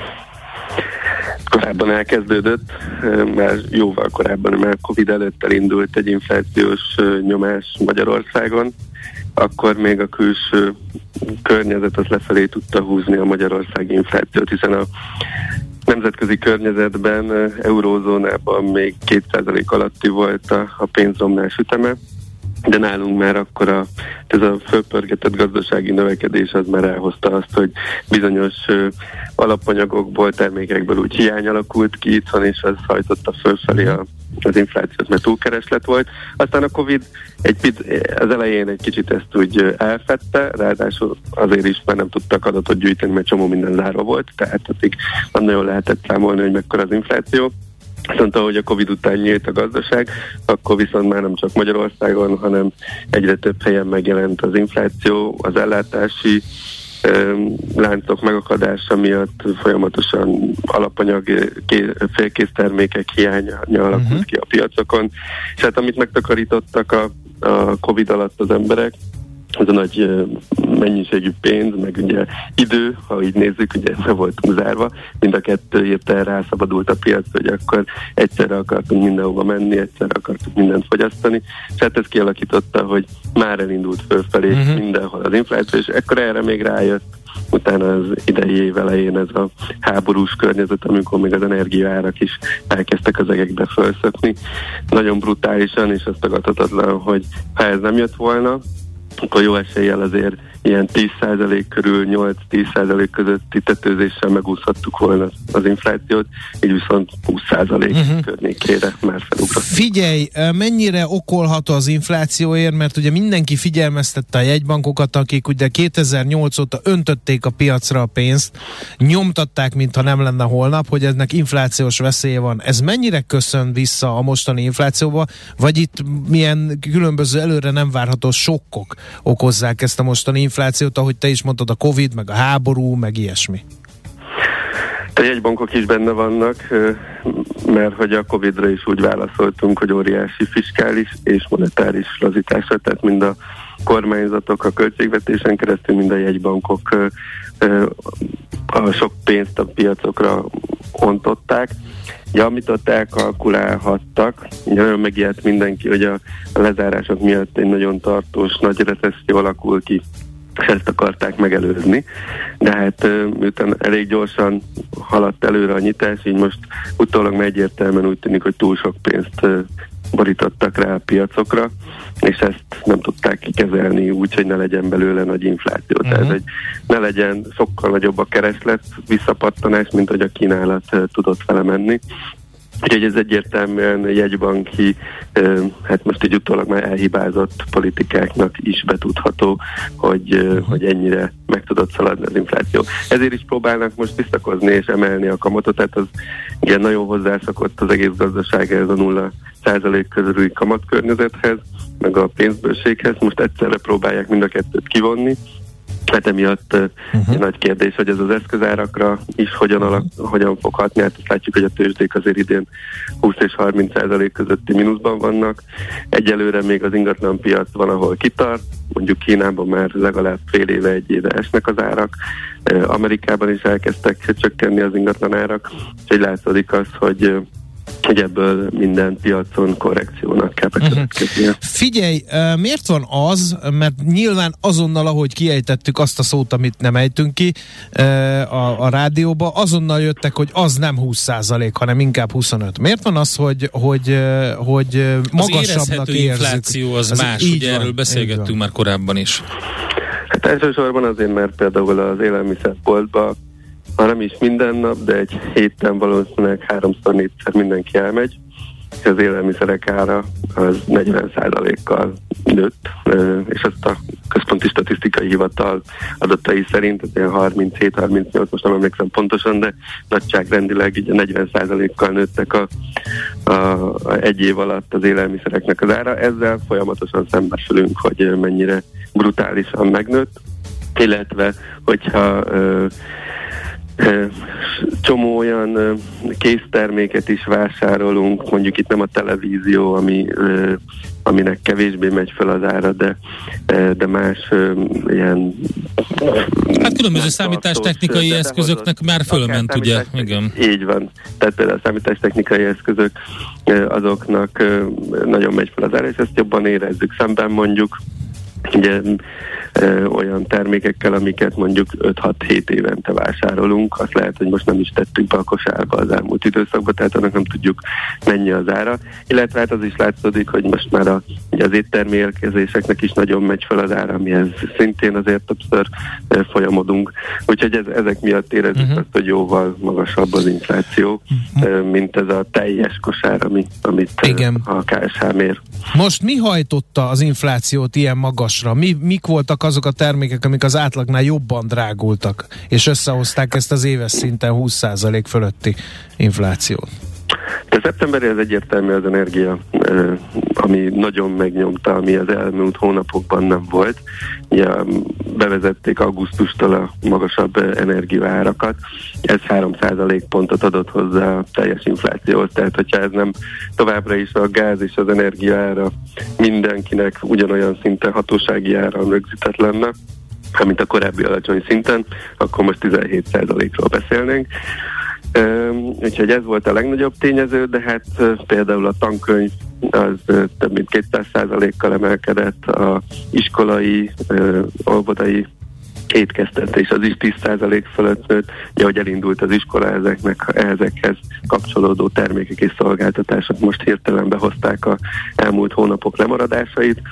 Korábban elkezdődött, mert jóval korábban, mert Covid előtt elindult egy inflációs nyomás Magyarországon, akkor még a külső környezet az lefelé tudta húzni a magyarországi inflációt, hiszen a nemzetközi környezetben, eurózónában még két százalék alatti volt a, a pénzromlás üteme, de nálunk már akkor a, ez a fölpörgetett gazdasági növekedés az már elhozta azt, hogy bizonyos ö, alapanyagokból, termékekből úgy hiány alakult ki itthon, és az hajtotta fölfelé a, az inflációt, mert túlkereslet volt. Aztán a Covid egy, az elején egy kicsit ezt úgy elfedte, ráadásul azért is, mert nem tudtak adatot gyűjteni, mert csomó minden zárva volt, tehát addig nem nagyon lehetett számolni, hogy mekkora az infláció. Viszont ahogy a Covid után nyílt a gazdaság, akkor viszont már nem csak Magyarországon, hanem egyre több helyen megjelent az infláció, az ellátási ö, láncok megakadása miatt folyamatosan alapanyag, ké, félkész termékek hiánya alakult uh-huh. ki a piacokon. És hát amit megtakarítottak a, a Covid alatt az emberek, az a nagy mennyiségű pénz, meg ugye idő, ha így nézzük, ugye nem voltunk zárva, mind a kettő hirtelen rászabadult a piac, hogy akkor egyszerre akartunk mindenhova menni, egyszerre akartunk mindent fogyasztani, és hát ez kialakította, hogy már elindult fölfelé uh-huh. mindenhol az infláció, és ekkor erre még rájött utána az idei év elején ez a háborús környezet, amikor még az energiaárak is elkezdtek az egekbe felszökni. Nagyon brutálisan, és az tagadhatatlan, hogy ha ez nem jött volna, akkor jó eséllyel azért ilyen tíz százalék körül, nyolc-tíz százalék közötti tetőzéssel megúszhattuk volna az inflációt, így viszont húsz százalék uh-huh. környékére már felugrott. Figyelj, mennyire okolható az inflációért, mert ugye mindenki figyelmeztette a jegybankokat, akik ugye kétezer-nyolc óta öntötték a piacra a pénzt, nyomtatták, mintha nem lenne holnap, hogy ennek inflációs veszélye van. Ez mennyire köszön vissza a mostani inflációba, vagy itt milyen különböző előre nem várható sokkok okozzák ezt a mostani inflációt, ahogy te is mondtad, a Covid, meg a háború, meg ilyesmi? A jegybankok is benne vannak, mert hogy a Covidra is úgy válaszoltunk, hogy óriási fiskális és monetáris lazításra, tehát mind a kormányzatok a költségvetésen keresztül, mind a jegybankok a sok pénzt a piacokra ontották. Ja, amit ott elkalkulálhattak, nagyon megijedt mindenki, hogy a lezárások miatt egy nagyon tartós, nagy recesszió alakul ki, és ezt akarták megelőzni. De hát miután elég gyorsan haladt előre a nyitás, így most utólag már egyértelműen úgy tűnik, hogy túl sok pénzt borítottak rá a piacokra, és ezt nem tudták kikezelni úgy, hogy ne legyen belőle nagy infláció. Uh-huh. Tehát, hogy ne legyen sokkal nagyobb a kereslet, visszapattanás, mint hogy a kínálat uh, tudott vele menni. Úgyhogy ez egyértelműen jegybanki, uh, hát most így utólag már elhibázott politikáknak is betudható, hogy, uh, hogy ennyire meg tudott szaladni az infláció. Ezért is próbálnak most visszakozni és emelni a kamatot, tehát az igen nagyon hozzászokott az egész gazdaság ez a nulla százalék körüli kamatkörnyezethez, meg a pénzbőséghez. Most egyszerre próbálják mind a kettőt kivonni. Hát emiatt uh-huh. nagy kérdés, hogy ez az eszközárakra is hogyan, alak, hogyan fog hatni. Hát azt látjuk, hogy a tőzsdék azért idén húsz és harminc százalék közötti mínuszban vannak. Egyelőre még az ingatlanpiac van, ahol kitart. Mondjuk Kínában már legalább fél éve, egy éve esnek az árak. Amerikában is elkezdtek csökkenni az ingatlanárak. Úgyhogy látszódik az, hogy hogy ebből minden piacon korrekciónak kell bekövetkeznie. Uh-huh. Figyelj, miért van az, mert nyilván azonnal, ahogy kiejtettük azt a szót, amit nem ejtünk ki a, a rádióba, azonnal jöttek, hogy az nem húsz százalék, hanem inkább huszonöt. Miért van az, hogy, hogy, hogy magasabbnak érzük? Az infláció az, az más, ugye van, erről beszélgettünk már korábban is. Hát elsősorban azért, mert például az élelmiszerboltba, ha nem is minden nap, de egy héten valószínűleg háromszor, négyszer mindenki elmegy, és az élelmiszerek ára az negyven százalékkal nőtt, és azt a Központi Statisztikai Hivatal adatai szerint, ez ilyen harminchét harmincnyolc, most nem emlékszem pontosan, de nagyságrendileg így a negyven százalékkal nőttek a, a, a, a egy év alatt az élelmiszereknek az ára. Ezzel folyamatosan szembesülünk, hogy mennyire brutálisan megnőtt, illetve hogyha ö, ö, csomó olyan ö, készterméket is vásárolunk, mondjuk itt nem a televízió, ami, ö, aminek kevésbé megy fel az ára, de, de más ö, ilyen... Hát különböző számítástechnikai eszközöknek már fölment, ugye? Igen. Így van. Tehát például a számítástechnikai eszközök azoknak nagyon megy fel az ára, és ezt jobban érezzük. Szemben mondjuk ugye ö, olyan termékekkel, amiket mondjuk öt-hat-hét évente vásárolunk, azt lehet, hogy most nem is tettük be a kosárba az elmúlt időszakban, tehát annak nem tudjuk mennyi az ára. Illetve hát az is látszódik, hogy most már a, ugye az éttermi érkezéseknek is nagyon megy fel az ára, amihez szintén azért többször ö, folyamodunk. Úgyhogy ez, ezek miatt érezzük uh-huh. azt, hogy jóval magasabb az infláció, uh-huh. ö, mint ez a teljes kosár, ami, amit ö, a ká es há mér. Most mi hajtotta az inflációt ilyen magasra? Mi, mik voltak azok a termékek, amik az átlagnál jobban drágultak, és összehozták ezt az éves szinten húsz százalék fölötti inflációt? De szeptemberi az egyértelmű az energia, ami nagyon megnyomta, ami az elmúlt hónapokban nem volt. Ugye bevezették augusztustól a magasabb energiaárakat, ez három százalékpontot adott hozzá a teljes inflációhoz, tehát hogyha ez nem továbbra is a gáz és az energiaára mindenkinek ugyanolyan szinten hatósági áron rögzített lenne, mint a korábbi alacsony szinten, akkor most tizenhét százalékról beszélnénk. Uh, úgyhogy ez volt a legnagyobb tényező, de hát uh, például a tankönyv az uh, több mint kétszáz százalékkal emelkedett, a iskolai, uh, óvodai étkeztetés az is tíz százalék fölött nőtt, ugye, hogy elindult az iskola, ezeknek, ezekhez kapcsolódó termékek és szolgáltatások most hirtelen behozták az elmúlt hónapok lemaradásait.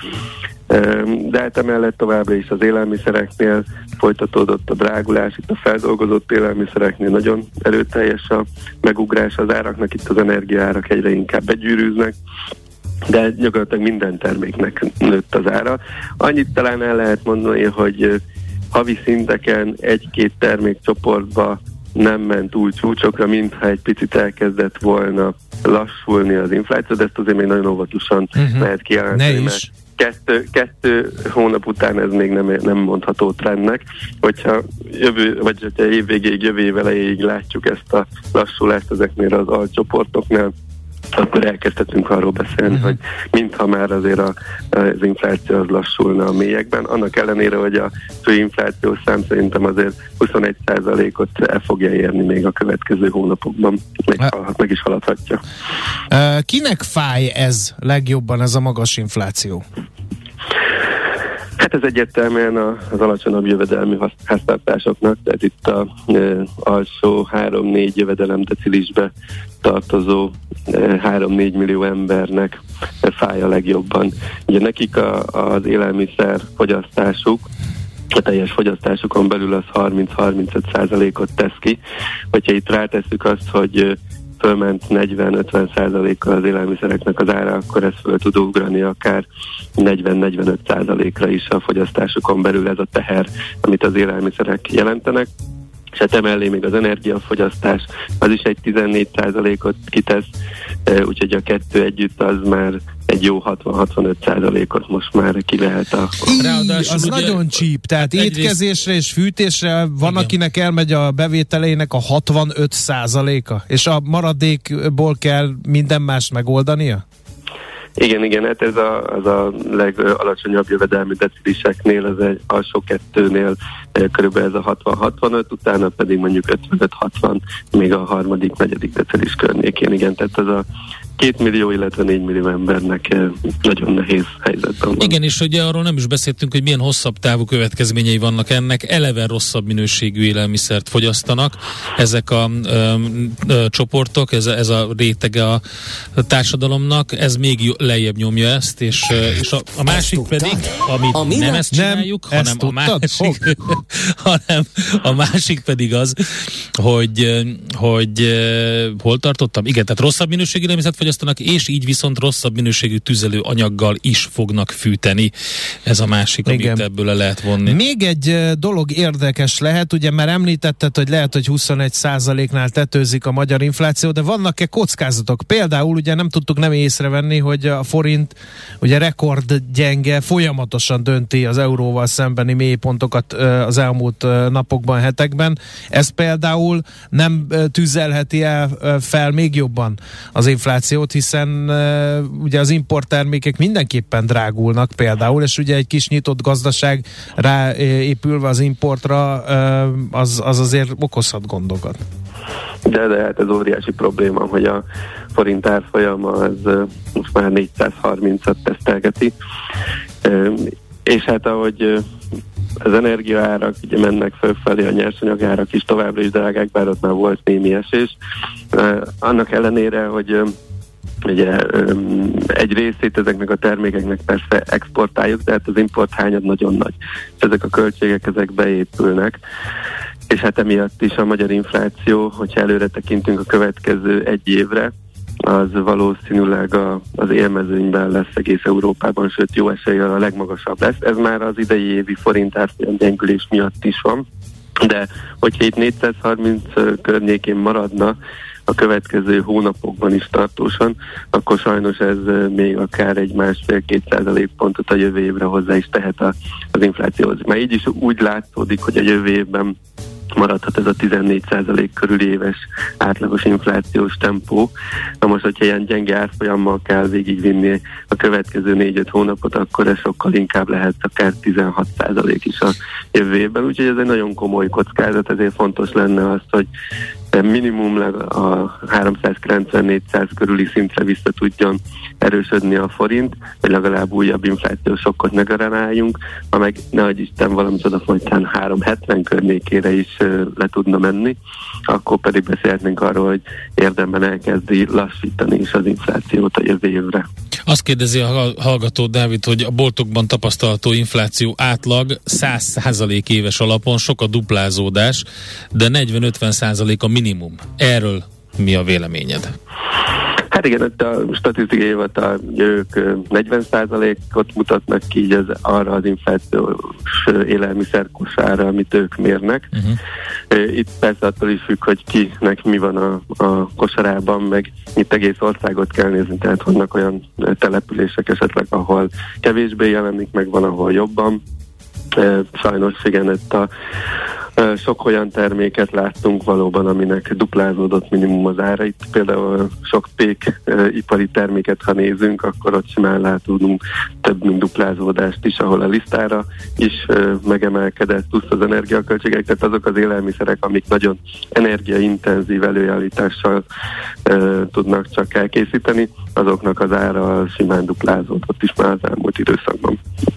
De hát emellett továbbra is az élelmiszereknél folytatódott a drágulás, itt a feldolgozott élelmiszereknél nagyon erőteljes a megugrás az áraknak, itt az energiaárak egyre inkább begyűrűznek, de gyakorlatilag minden terméknek nőtt az ára. Annyit talán el lehet mondani, hogy havi szinteken egy-két termékcsoportba nem ment úgy csúcsokra, mintha egy picit elkezdett volna lassulni az infláció, de ezt azért még nagyon óvatosan uh-huh. lehet kijelenteni, mert Kettő, kettő hónap után ez még nem, nem mondható trendnek. Hogyha jövő, vagy hogyha évvégéig, jövő év elejéig látjuk ezt a lassulást ezeknél az alcsoportoknál, akkor elkezdhetünk arról beszélni, uh-huh. hogy mintha már azért a, az infláció az lassulna a mélyekben. Annak ellenére, hogy a fő inflációs szám szerintem azért huszonegy százalékot el fogja érni még a következő hónapokban. Meg, ha, meg is haladhatja. Kinek fáj ez legjobban, ez a magas infláció? Hát ez egyértelműen az alacsonyabb jövedelmi háztartásoknak, tehát itt az e, alsó három-négy jövedelem decilisbe tartozó e, három-négy millió embernek e, fáj a legjobban. Ugye nekik a, az élelmiszer fogyasztásuk, a teljes fogyasztásukon belül az harminc-harmincöt százalékot tesz ki. Hogyha itt rátesszük azt, hogy fölment negyven-ötven százalékkal az élelmiszereknek az ára, akkor ez föl tud ugrani akár negyven-negyvenöt százalékra is a fogyasztásukon belül ez a teher, amit az élelmiszerek jelentenek. És hát emellé még az energiafogyasztás, az is egy tizennégy százalékot kitesz, úgyhogy a kettő együtt az már egy jó hatvan-hatvanöt százalékot most már kivehet a... Ráadásul az ugye, nagyon csíp, tehát étkezésre és fűtésre van, igen. akinek elmegy a bevételeinek a hatvanöt százaléka, és a maradékból kell minden mást megoldania? Igen, igen, hát ez a, az a legalacsonyabb jövedelmi deciliseknél, az egy alsó kettőnél körülbelül ez a hatvan-hatvanöt, utána pedig mondjuk ötvenöt-hatvan, még a harmadik, negyedik decilis környékén, igen, tehát ez a két millió, illetve négy millió embernek nagyon nehéz helyzetben van. Igen, és ugye arról nem is beszéltünk, hogy milyen hosszabb távú következményei vannak ennek. Eleve rosszabb minőségű élelmiszert fogyasztanak ezek a ö, ö, csoportok, ez a, ez a rétege a társadalomnak, ez még lejjebb nyomja ezt, és, és a, a másik pedig, amit nem ezt csináljuk, nem, hanem, a másik, hanem a másik pedig az, hogy, hogy hol tartottam? Igen, tehát rosszabb minőségű élelmiszert fogyasztanak, és így viszont rosszabb minőségű tüzelőanyaggal is fognak fűteni. Ez a másik, igen, amit ebből le lehet vonni. Még egy dolog érdekes lehet, ugye már említetted, hogy lehet, hogy huszonegy százaléknál tetőzik a magyar infláció, de vannak-e kockázatok? Például ugye nem tudtuk nem észrevenni, hogy a forint ugye rekordgyenge, folyamatosan dönti az euróval szembeni mélypontokat az elmúlt napokban, hetekben. Ez például nem tüzelheti el fel még jobban az inflációt, hiszen ugye az importtermékek mindenképpen drágulnak például, és ugye egy kis nyitott gazdaság ráépülve az importra, az, az azért okozhat gondokat. De, de hát ez óriási probléma, hogy a forint árfolyama az most már négyszázharmincat tesztelgeti, és hát ahogy az energiaárak ugye mennek fölfelé, a nyersanyagárak is továbbra is drágák, bár ott már volt némi esés. Annak ellenére, hogy ugye egy részét ezeknek a termékeknek persze exportáljuk, de hát az importhányad nagyon nagy. És ezek a költségek, ezek beépülnek. És hát emiatt is a magyar infláció, hogyha előre tekintünk a következő egy évre, az valószínűleg a, az élmezőnyben lesz egész Európában, sőt jó eséllyel a legmagasabb lesz. Ez már az idei évi forint árfolyam gyengülés miatt is van, de hogyha itt négyszázharminc környékén maradna a következő hónapokban is tartósan, akkor sajnos ez még akár egy másfél-két százalékpontot a jövő évre hozzá is tehet a, az inflációhoz. Már így is úgy látszódik, hogy a jövő évben maradhat ez a tizennégy százalék körüli éves átlagos inflációs tempó. Na most, hogyha ilyen gyenge árfolyammal kell végigvinni a következő négy-öt hónapot, akkor ez sokkal inkább lehet akár tizenhat százalék is a jövő évben. Úgyhogy ez egy nagyon komoly kockázat, ezért fontos lenne az, hogy minimum a háromszázkilencven-négyszáz körüli szintre vissza tudjon erősödni a forint, hogy legalább újabb inflációs sokkot ne garanáljunk, ha meg nehogy Isten valami csodafolytán háromszázhetven környékére is uh, le tudna menni, akkor pedig beszélhetnénk arról, hogy érdemben elkezdi lassítani is az inflációt a jövő évre. Azt kérdezi a hallgató, Dávid, hogy a boltokban tapasztalható infláció átlag száz százalék éves alapon, sok a duplázódás, de negyven-ötven százalék a minimum. Erről mi a véleményed? Hát igen, itt a statisztikai hivatal, ők negyven százalékot mutatnak ki így az, arra az inflációs élelmiszerkosára, amit ők mérnek. Uh-huh. Itt persze attól is függ, hogy kinek mi van a, a kosarában, meg itt egész országot kell nézni, tehát vannak olyan települések esetleg, ahol kevésbé jelenik, meg van, ahol jobban. Sajnos igen, itt a sok olyan terméket láttunk valóban, aminek duplázódott minimum az ára. Itt például sok pék ipari terméket, ha nézünk, akkor ott simán látunk több mint duplázódást is, ahol a listára is megemelkedett, plusz az energiaköltségek, tehát azok az élelmiszerek, amik nagyon energiaintenzív előállítással tudnak csak elkészíteni, azoknak az ára simán duplázódott is már az elmúlt időszakban.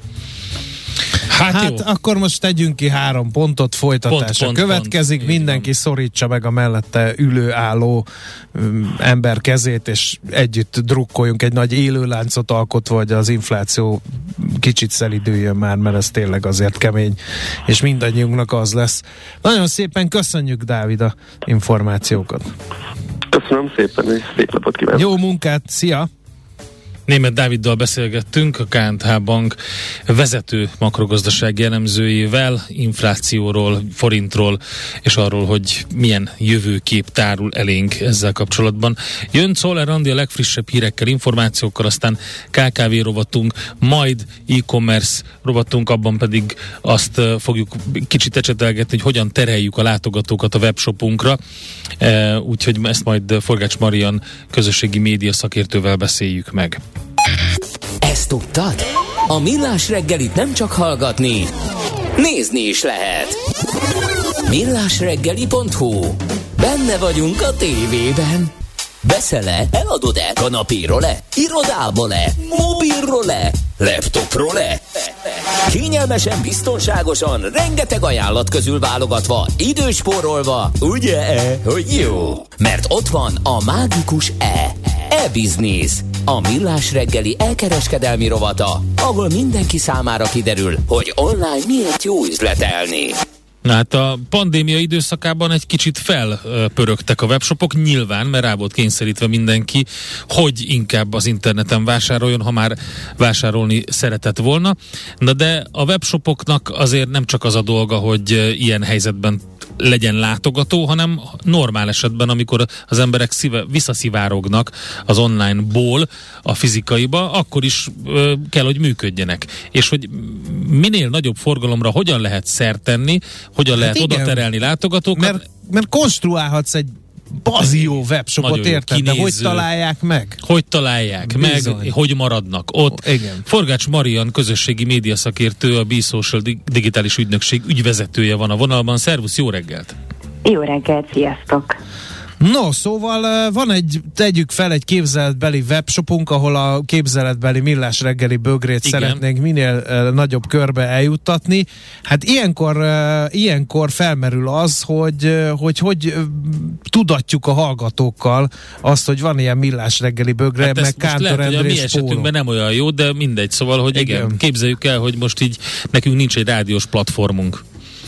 Hát, hát akkor most tegyünk ki három pontot, folytatása pont, pont, következik, pont, mindenki szorítsa meg a mellette ülő álló um, ember kezét, és együtt drukkoljunk egy nagy élőláncot alkotva, hogy az infláció kicsit szelidüljön már, mert ez tényleg azért kemény, és mindannyiunknak az lesz. Nagyon szépen köszönjük, Dávid, a információkat. Köszönöm szépen, és szép napot kívánok. Jó munkát, szia! Németh Dáviddal beszélgettünk, a ká és há Bank vezető makrogazdasági elemzőjével, inflációról, forintról, és arról, hogy milyen jövőkép tárul elénk ezzel kapcsolatban. Jön Czoller Andi a legfrissebb hírekkel, információkkal, aztán ká ká vé rovatunk, majd e-commerce rovatunk, abban pedig azt fogjuk kicsit ecsetelgetni, hogy hogyan tereljük a látogatókat a webshopunkra, úgyhogy ezt majd Forgács Marian közösségi média szakértővel beszéljük meg. Ezt tudtad? A Millás reggelit nem csak hallgatni, nézni is lehet. millásreggeli pont hu. Benne vagyunk a tévében. Veszel-e? Eladod-e? Kanapéról-e? Irodából-e? Mobilról-e? Laptopról-e? Kényelmesen, biztonságosan, rengeteg ajánlat közül válogatva, időspórolva, ugye-e, hogy jó? Mert ott van a mágikus E. E-Business, a Millás reggeli elkereskedelmi rovata, ahol mindenki számára kiderül, hogy online miért jó üzletelni. Na hát a pandémia időszakában egy kicsit felpörögtek a webshopok, nyilván, mert rá volt kényszerítve mindenki, hogy inkább az interneten vásároljon, ha már vásárolni szeretett volna. Na de a webshopoknak azért nem csak az a dolga, hogy ilyen helyzetben legyen látogató, hanem normál esetben, amikor az emberek szíve, visszaszivárognak az online-ból a fizikaiba, akkor is ö, kell, hogy működjenek. És hogy minél nagyobb forgalomra hogyan lehet szert tenni, hogyan hát lehet igen. oda terelni látogatókat. Mert, mert konstruálhatsz egy bazi jó webshopot, érted? De hogy találják meg? Hogy találják Bizony. meg, hogy maradnak ott. Igen. Forgács Marian, közösségi médiaszakértő, a B-Social digitális ügynökség ügyvezetője van a vonalban. Szervusz, jó reggelt! Jó reggelt, sziasztok! No, szóval van egy, tegyük fel egy képzeletbeli webshopunk, ahol a képzeletbeli Millás reggeli bögrét Igen. szeretnénk minél uh, nagyobb körbe eljuttatni. Hát ilyenkor, uh, ilyenkor felmerül az, hogy uh, hogy, hogy uh, tudatjuk a hallgatókkal azt, hogy van ilyen Millás reggeli bögre, hát meg Kántor Endre és Póló. Mi esetünkben nem olyan jó, de mindegy. Szóval, hogy igen. igen, képzeljük el, hogy most így nekünk nincs egy rádiós platformunk.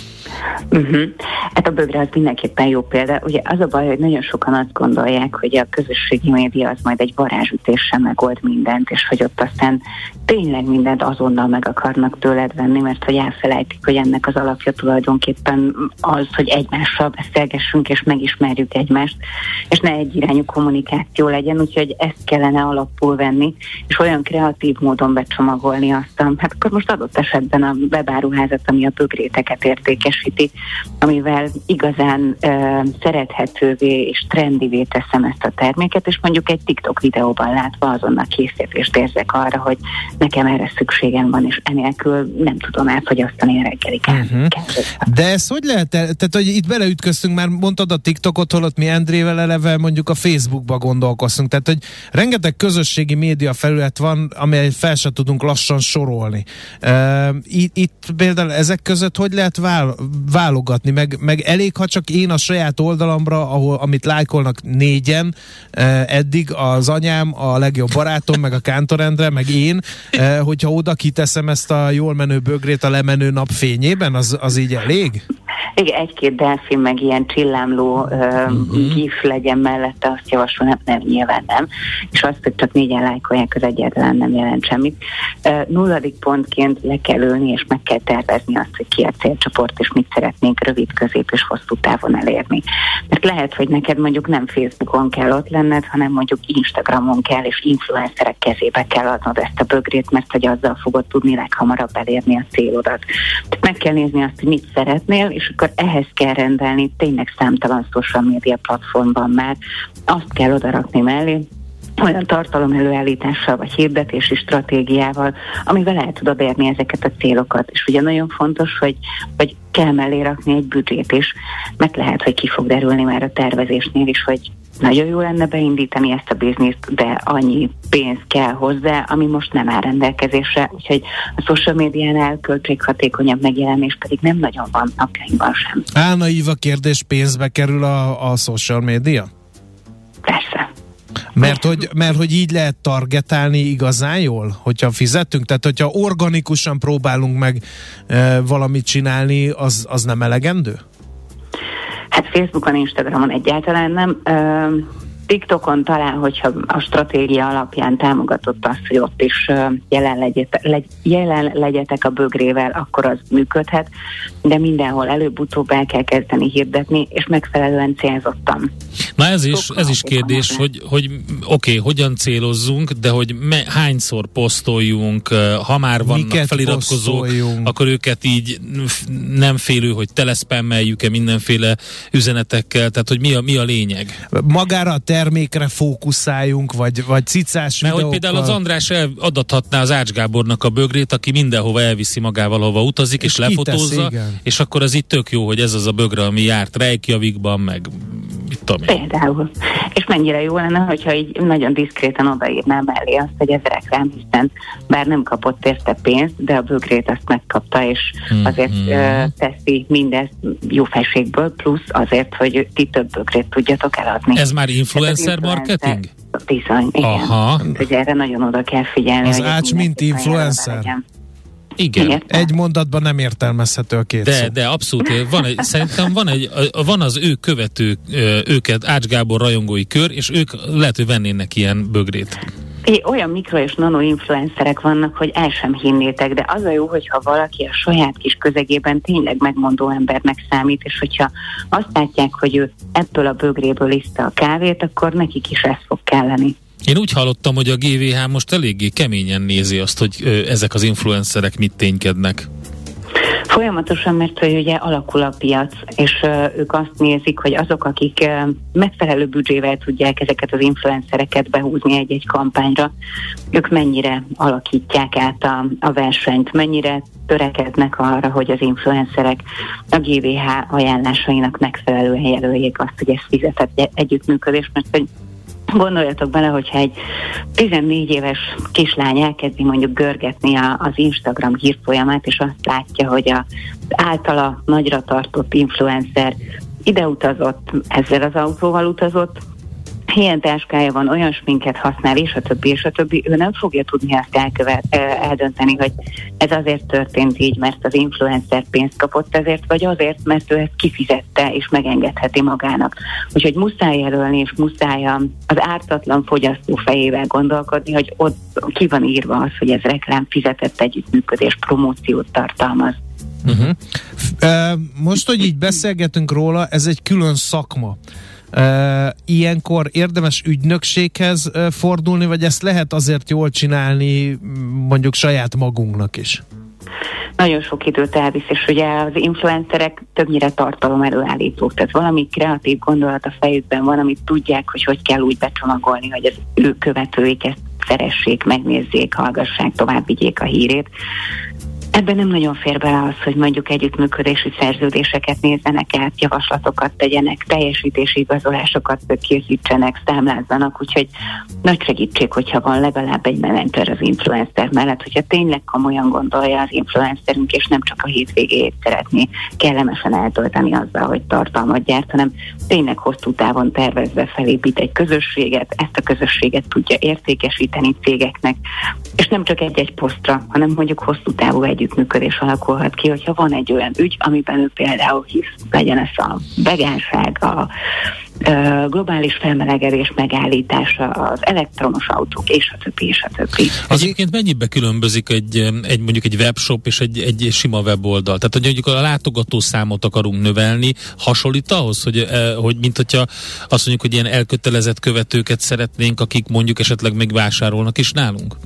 Uh-huh. Hát a bögre az mindenképpen jó példa. Ugye az a baj, hogy nagyon sokan azt gondolják, hogy a közösségi média az majd egy varázsütéssel megold mindent, és hogy ott aztán tényleg mindent azonnal meg akarnak tőled venni, mert hogy elfelejtik, hogy ennek az alapja tulajdonképpen az, hogy egymással beszélgessünk és megismerjük egymást, és ne egy irányú kommunikáció legyen, úgyhogy ezt kellene alapul venni, és olyan kreatív módon becsomagolni azt, hát akkor most adott esetben a webáruházat, ami a bögréteket értékesíti, amivel igazán uh, szerethetővé és trendivé teszem ezt a terméket, és mondjuk egy TikTok videóban látva azonnal készítést érzek arra, hogy nekem erre szükségem van, és enélkül nem tudom elfogyasztani a reggeli uh-huh. De ez hogy lehet? Tehát, hogy itt beleütköztünk, már mondtad a TikTokot, holott mi Endrével eleve mondjuk a Facebookba gondolkoztunk, tehát, hogy rengeteg közösségi média felület van, amely fel se tudunk lassan sorolni. Uh, itt, itt például ezek között hogy lehet vál, válogatni, meg, meg elég, ha csak én a saját oldalamra, ahol, amit lájkolnak négyen, uh, eddig az anyám, a legjobb barátom, meg a Kántor Endre, meg én, uh, hogyha oda kiteszem ezt a jól menő bögrét a lemenő nap fényében, az, az így elég? Igen, egy-két delfin, meg ilyen csillámló uh, uh-huh. gif legyen mellette, azt javaslom, nem, nem, nyilván nem. És azt, hogy csak négyen lájkolják, az egyáltalán nem jelent semmit. Uh, nulladik pontként le kell ülni, és meg kell tervezni azt, hogy ki a célcsoport, és mit szeretnénk rövid, közép és hosszú távon elérni. Mert lehet, hogy neked mondjuk nem Facebookon kell ott lenned, hanem mondjuk Instagramon kell, és influencerek kezébe kell adnod ezt a bögrét, mert hogy azzal fogod tudni leghamarabb elérni a célodat. Tehát meg kell nézni azt, hogy mit szeretnél, és akkor ehhez kell rendelni, tényleg számtalan social media platformban már, azt kell odarakni mellé, olyan tartalom előállítással, vagy hirdetési stratégiával, amivel el tudod érni ezeket a célokat. És ugye nagyon fontos, hogy, hogy kell mellé rakni egy büdzsét is, mert lehet, hogy ki fog derülni már a tervezésnél is, hogy nagyon jó lenne beindítani ezt a bizniszt, de annyi pénz kell hozzá, ami most nem áll rendelkezésre, úgyhogy a social médiánál költséghatékonyabb megjelenés pedig nem nagyon van napjainkban sem. Álnaív a kérdés, pénzbe kerül a, a social média? Persze. Mert hogy, mert hogy így lehet targetálni igazán jól, hogyha fizetünk? Tehát, hogyha organikusan próbálunk meg e, valamit csinálni, az, az nem elegendő? Hát Facebookon, Instagramon egyáltalán nem. Uh, TikTokon talán, hogyha a stratégia alapján támogatott azt, hogy ott is uh, jelen, legyetek, legy, jelen legyetek a bögrével, akkor az működhet, de mindenhol előbb-utóbb el kell kezdeni hirdetni, és megfelelően célzottan. Na ez is, ez is kérdés, hogy, hogy oké, okay, hogyan célozzunk, de hogy me, hányszor posztoljunk, ha már vannak Miket feliratkozók, posztoljunk? Akkor őket így nem félő, hogy teleszpammeljük-e mindenféle üzenetekkel, tehát hogy mi a, mi a lényeg? Magára a termékre fókuszáljunk, vagy, vagy cicás Mert videókkal. Hogy például az András adathatná az Ács Gábornak a bögrét, aki mindenhova elviszi magával, hova utazik, és, és lefotózza, kitesz, és akkor az itt tök jó, hogy ez az a bögre, ami járt Reykjavikban, meg mit tudom én. Például. És mennyire jó lenne, hogyha így nagyon diszkréten odaírnám mellé azt, hogy ez reklám, hiszen bár nem kapott érte pénzt, de a bögrét azt megkapta, és azért mm-hmm. uh, teszi mindezt jó felségből, plusz azért, hogy ti több bögrét tudjatok eladni. Ez már influencer marketing? Bizony, igen. Aha. Hogy erre nagyon oda kell figyelni. Az Ács mint influencer? Igen. Igen. Egy mondatban nem értelmezhető a két de, szó. De abszolút, van egy, szerintem van, egy, van az ő követő, őket Ács Gábor rajongói kör, és ők lehet, hogy vennének ilyen bögrét. É, olyan mikro és nano influencerek vannak, hogy el sem hinnétek, de az a jó, hogyha valaki a saját kis közegében tényleg megmondó embernek számít, és hogyha azt látják, hogy ő ebből a bögréből iszta a kávét, akkor nekik is ez fog kelleni. Én úgy hallottam, hogy a gé vé há most eléggé keményen nézi azt, hogy ö, ezek az influencerek mit ténykednek. Folyamatosan, mert hogy ugye alakul a piac, és uh, ők azt nézik, hogy azok, akik uh, megfelelő büdzsével tudják ezeket az influencereket behúzni egy-egy kampányra, ők mennyire alakítják át a, a versenyt, mennyire törekednek arra, hogy az influencerek a gé vé há ajánlásainak megfelelően jelöljék azt, hogy ez fizetett együttműködés, mert hogy gondoljatok bele, hogyha egy tizennégy éves kislány elkezdi mondjuk görgetni a, az Instagram hírfolyamát, és azt látja, hogy az általa nagyra tartott influencer ide utazott, ezzel az autóval utazott, ilyen táskája van, olyan sminket használ, és a többi, és a többi, ő nem fogja tudni azt elkövet, eldönteni, hogy ez azért történt így, mert az influencer pénzt kapott ezért, vagy azért, mert ő ezt kifizette, és megengedheti magának. Úgyhogy muszáj jelölni, és muszáj az ártatlan fogyasztó fejével gondolkodni, hogy ott ki van írva az, hogy ez reklám, fizetett együttműködés, promóciót tartalmaz. Uh-huh. Most, hogy így beszélgetünk róla, ez egy külön szakma. Uh, ilyenkor érdemes ügynökséghez uh, fordulni, vagy ezt lehet azért jól csinálni mondjuk saját magunknak is? Nagyon sok időt elvisz, és ugye az influencerek többnyire tartalom előállítók, tehát valami kreatív gondolat a fejükben van, amit tudják, hogy hogy kell úgy becsomagolni, hogy az ő követőik ezt szeressék, megnézzék, hallgassák, tovább vigyék a hírét. Ebben nem nagyon fér bele az, hogy mondjuk együttműködési szerződéseket nézzenek át, javaslatokat tegyenek, teljesítési igazolásokat készítsenek, számlázzanak, úgyhogy nagy segítség, hogyha van legalább egy menedzser az influencer mellett, hogyha tényleg komolyan gondolja az influencerünk, és nem csak a hétvégéjét szeretné kellemesen eltölteni azzal, hogy tartalmat gyárt, hanem tényleg hosszú távon tervezve felépít egy közösséget, ezt a közösséget tudja értékesíteni cégeknek, és nem csak egy-egy posztra, hanem mondjuk hosszú távú együttműködés alakulhat ki, hogyha van egy olyan ügy, amiben ő például hisz, legyen ez a vegánság, a ö, globális felmelegedés megállítása, az elektromos autók, és a többi, és a többi. Egyébként mennyibe különbözik egy, egy mondjuk egy webshop és egy, egy sima weboldal? Tehát, hogy mondjuk a látogató számot akarunk növelni, hasonlít ahhoz, hogy, hogy mint hogyha azt mondjuk, hogy ilyen elkötelezett követőket szeretnénk, akik mondjuk esetleg még vásárolnak is nálunk?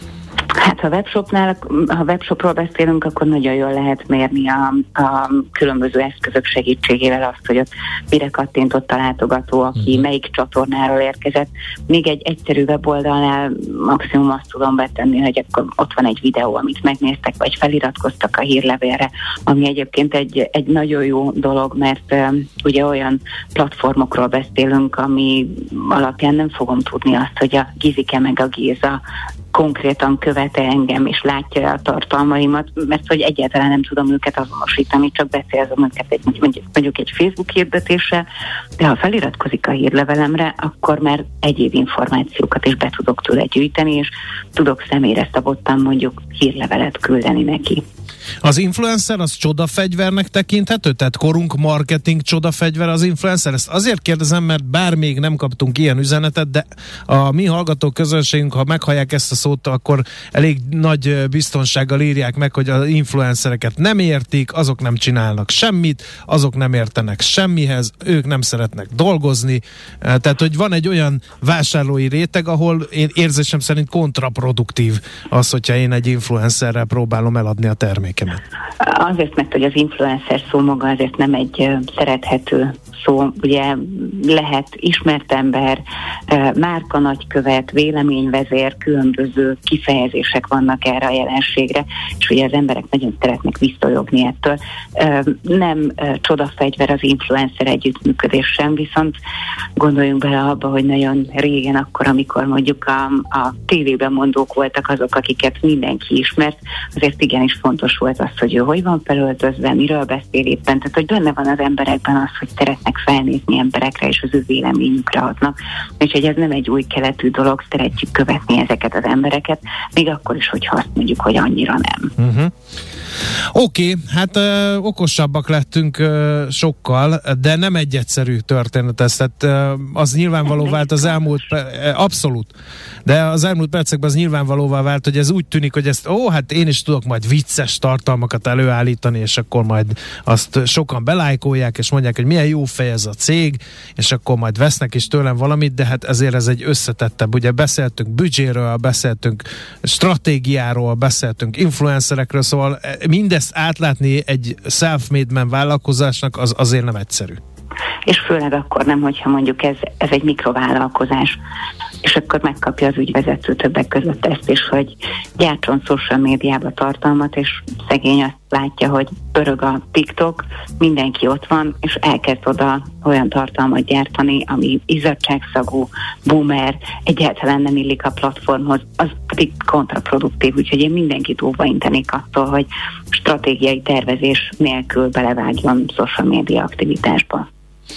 Hát ha webshopnál, ha webshopról beszélünk, akkor nagyon jól lehet mérni a, a különböző eszközök segítségével azt, hogy ott mire kattintott a látogató, aki uh-huh. melyik csatornáról érkezett. Még egy egyszerű weboldalnál maximum azt tudom betenni, hogy akkor ott van egy videó, amit megnéztek, vagy feliratkoztak a hírlevélre, ami egyébként egy, egy nagyon jó dolog, mert um, ugye olyan platformokról beszélünk, ami alapján nem fogom tudni azt, hogy a Gizike meg a Géza konkrétan követe engem, és látja a tartalmaimat, mert hogy egyáltalán nem tudom őket azonosítani, csak beszélzem őket egy, mondjuk, mondjuk egy Facebook hirdetéssel, de ha feliratkozik a hírlevelemre, akkor már egyéb információkat is be tudok tőle gyűjteni, és tudok személyre szabottan mondjuk hírlevelet küldeni neki. Az influencer az csodafegyvernek tekinthető? Tehát korunk marketing csodafegyver az influencer? Ezt azért kérdezem, mert bár még nem kaptunk ilyen üzenetet, de a mi hallgató közönségünk, ha meghallják ezt a szót, akkor elég nagy biztonsággal írják meg, hogy az influencereket nem értik, azok nem csinálnak semmit, azok nem értenek semmihez, ők nem szeretnek dolgozni. Tehát, hogy van egy olyan vásárlói réteg, ahol én érzésem szerint kontraproduktív az, hogyha én egy influencerrel próbálom eladni a terméket. Azért, mert hogy az influencer szó maga azért nem egy uh, szerethető szó, ugye lehet ismert ember, uh, márka nagykövet, véleményvezér, különböző kifejezések vannak erre a jelenségre, és ugye az emberek nagyon szeretnek visszajogni ettől. Uh, nem uh, csodafegyver az influencer együttműködés sem, viszont gondoljunk bele abba, hogy nagyon régen akkor, amikor mondjuk a, a tévében mondók voltak azok, akiket mindenki ismert, azért igenis fontos volt volt az, hogy ő hogy van felöltözve, miről beszél éppen, tehát hogy benne van az emberekben az, hogy szeretnek felnézni emberekre, és az ő véleményükre adnak. Úgyhogy ez nem egy új keletű dolog, szeretjük követni ezeket az embereket, még akkor is, hogyha azt mondjuk, hogy annyira nem. Uh-huh. Oké, okay, hát ö, okosabbak lettünk ö, sokkal, de nem egy egyszerű történet ez, tehát ö, az nyilvánvaló vált az elmúlt, pe- abszolút, de az elmúlt percekben az nyilvánvalóvá vált, hogy ez úgy tűnik, hogy ezt, ó, hát én is tudok majd vicces tartalmakat előállítani, és akkor majd azt sokan belájkolják, és mondják, hogy milyen jó fej ez a cég, és akkor majd vesznek is tőlem valamit, de hát ezért ez egy összetettebb, ugye beszéltünk büdzséről, beszéltünk stratégiáról, beszéltünk influencerekről, szóval mindezt átlátni egy self-made man vállalkozásnak az azért nem egyszerű. És főleg akkor nem, hogyha mondjuk ez, ez egy mikrovállalkozás, és akkor megkapja az ügyvezető többek között ezt is, hogy gyártson social médiába tartalmat, és szegény azt látja, hogy pörög a TikTok, mindenki ott van, és elkezd oda olyan tartalmat gyártani, ami izzadságszagú, boomer, egyáltalán nem illik a platformhoz, az pedig kontraproduktív, úgyhogy én mindenkit óvaintenék attól, hogy stratégiai tervezés nélkül belevágjon social média aktivitásba.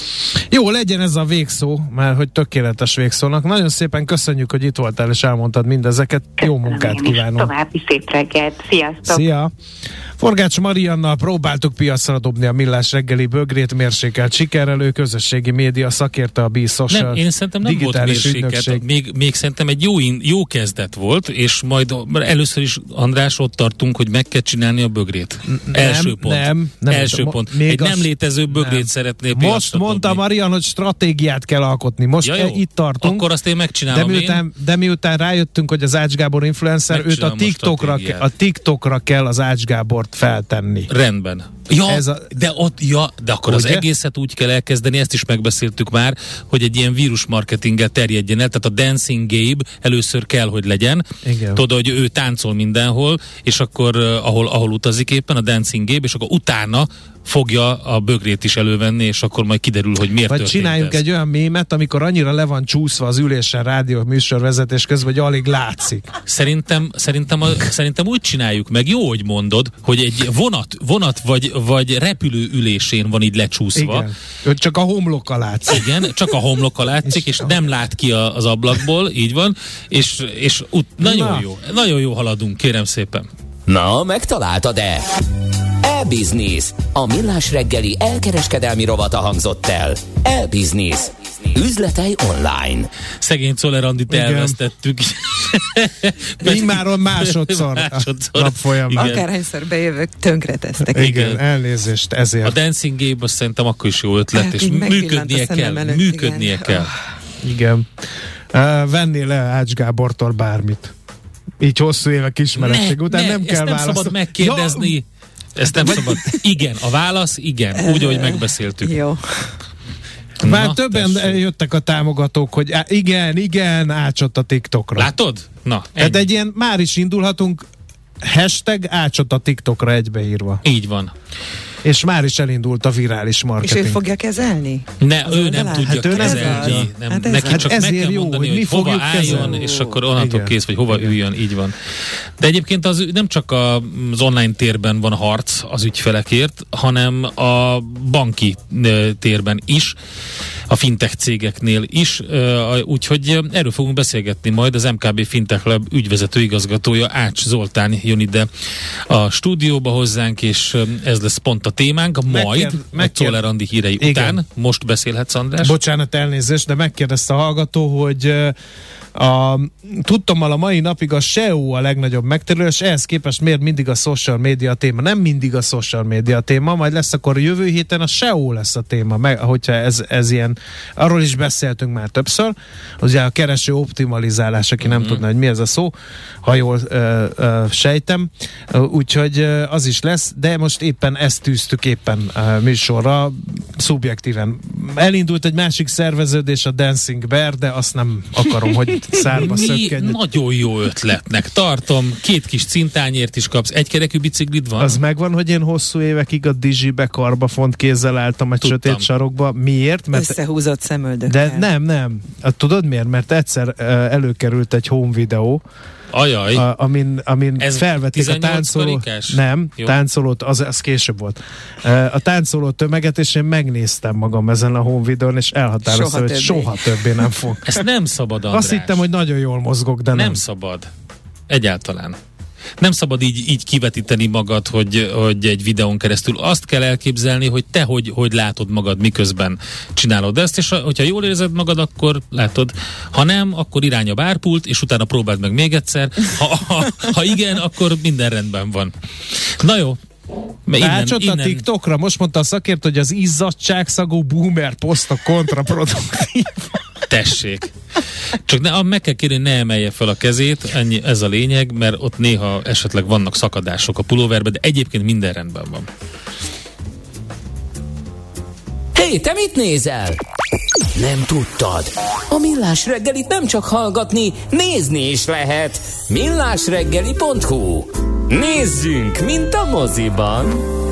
Jó, legyen ez a végszó, mert hogy tökéletes végszónak. Nagyon szépen köszönjük, hogy itt voltál és elmondtad mindezeket. Köszönöm. Jó munkát kívánunk. További szép reggelt. Sziasztok! Szia! Forgács Mariannal próbáltuk piacra dobni a Millás reggeli bögrét, mérsékelt sikerrel, ő közösségi média szakértő, a B-Social. Nem, én szerintem nem volt mérsékelt, még, még szerintem egy jó, jó kezdet volt, és majd először is, András, ott tartunk, hogy meg kell csinálni a bögrét. Nem, Első pont. Nem, nem, Első nem, pont. Egy nem létező bögrét nem. szeretnél Most mondta Marian, hogy stratégiát kell alkotni. Most ja, itt tartunk. Akkor azt én megcsinálom. De miután, én. de miután rájöttünk, hogy az Ács Gábor influencer, őt a TikTokra, a, a TikTokra kell az Ács Gábort feltenni. Rendben. Ja, Ez a, de ott, ja, de akkor ugye? Az egészet úgy kell elkezdeni, ezt is megbeszéltük már, hogy egy ilyen vírusmarketinggel terjedjen el, tehát a Dancing Gabe először kell, hogy legyen. Igen. Tudod, hogy ő táncol mindenhol, és akkor uh, ahol, ahol utazik éppen a Dancing Gabe, és akkor utána fogja a bögrét is elővenni, és akkor majd kiderül, hogy miért történt. Vagy csináljunk ez. Egy olyan mémet, amikor annyira le van csúszva az ülésen rádió műsorvezetés közben, hogy alig látszik. Szerintem, szerintem, a, szerintem úgy csináljuk meg, jó, hogy mondod, hogy egy vonat, vonat vagy, vagy repülő ülésén van így lecsúszva. Igen. Csak a homloka látszik. Igen, csak a homloka látszik, és, és nem lát ki a, az ablakból, így van, és, és ut- nagyon Na. jó, nagyon jó haladunk, kérem szépen. Na, megtaláltad-e? E-Business. A Millás reggeli elkereskedelmi rovata hangzott el. E-Business. Üzletei online. Szegény Czoller Andit elvesztettük. Immáron másodszor, másodszor. Nap folyamán. Akárhányszor bejövök, tönkretesztek. Igen, igen, elnézést ezért. A Dancing Gabe azt szerintem akkor is jó ötlet, hát, és működnie kell. Előtt, működnie igen. kell. Igen. Uh, vennél le Ács Gábortól bármit. Így hosszú évek ismeretség ne, után ne, nem kell választani. Ezt nem szabad megkérdezni. Ja. Ezt nem szabad. Igen, a válasz igen, úgy, ahogy megbeszéltük. Jó. Már Na, többen tessék. Jöttek a támogatók, hogy á, igen, igen, Ácsot a TikTokra. Látod? Na, tehát egy ilyen, már is indulhatunk, hashtag Ácsot a TikTokra egybeírva. Így van. És már is elindult a virális marketing. És ő fogja kezelni? Ne, az ő nem tudja hát kezelni. Nem, hát neki hát csak meg kell jó, mondani, hogy, hogy hova álljon, kezelni. És akkor onnantól kész, vagy hova Igen. üljön, így van. De egyébként az nem csak az online térben van harc az ügyfelekért, hanem a banki térben is, a fintech cégeknél is, úgyhogy erről fogunk beszélgetni majd. Az em ká bé Fintech Lab ügyvezető igazgatója Ács Zoltán jön ide a stúdióba hozzánk, és ez lesz pont a témánk, majd megkér, megkér, a Czoller Andi hírei igen. után. Most beszélhetsz, András? Bocsánat, elnézést, de megkérdezte a hallgató, hogy a, tudtommal a mai napig a es e o a legnagyobb megterülő, és ehhez képest miért mindig a social media a téma? Nem mindig a social media a téma, majd lesz akkor a jövő héten a es e o lesz a téma, meg, hogyha ez, ez ilyen, arról is beszéltünk már többször, ugye a kereső optimalizálás, aki nem mm-hmm. tudna, hogy mi ez a szó, ha jól ö, ö, sejtem, úgyhogy az is lesz, de most éppen ezt tűztük éppen ö, műsorra, szubjektíven. Elindult egy másik szerveződés, a Dancing Bear, de azt nem akarom, hogy szárba szökkenj. Nagyon jó ötletnek tartom. Két kis cintányért is kapsz. Egykerekű biciklid van? Az megvan, hogy én hosszú évekig a Dizsibe karbafont kézzel álltam egy Tudtam. sötét sarokba. Miért? Mert összehúzott szemöldökkel. De nem, nem. Tudod miért? Mert egyszer uh, előkerült egy home videó, Ajaj. A, amin, amin felvették a táncoló... karikás? Nem, Jó. táncolót, az, az később volt. A táncoló tömeget, és én megnéztem magam ezen a home videón, és elhatároztam, soha hogy többé. soha többé nem fog. Ezt nem szabad, András. Azt hittem, hogy nagyon jól mozgok, de nem. Nem szabad. Egyáltalán. Nem szabad így, így kivetíteni magad, hogy, hogy egy videón keresztül. Azt kell elképzelni, hogy te hogy, hogy látod magad, miközben csinálod ezt, és ha, hogyha jól érzed magad, akkor látod. Ha nem, akkor irány a bárpult, és utána próbáld meg még egyszer. Ha, ha, ha igen, akkor minden rendben van. Na jó. Rácsott a TikTokra, most mondta a szakértő, hogy az izzadságszagú boomer posztok kontraproduktív. Tessék. Csak ne, meg kell kérni, ne emelje fel a kezét, ennyi, ez a lényeg, mert ott néha esetleg vannak szakadások a pulóverben, de egyébként minden rendben van. Hé, hey, te mit nézel? Nem tudtad? A Millás reggelit nem csak hallgatni, nézni is lehet. millásreggeli pont hu. Nézzünk, mint a moziban.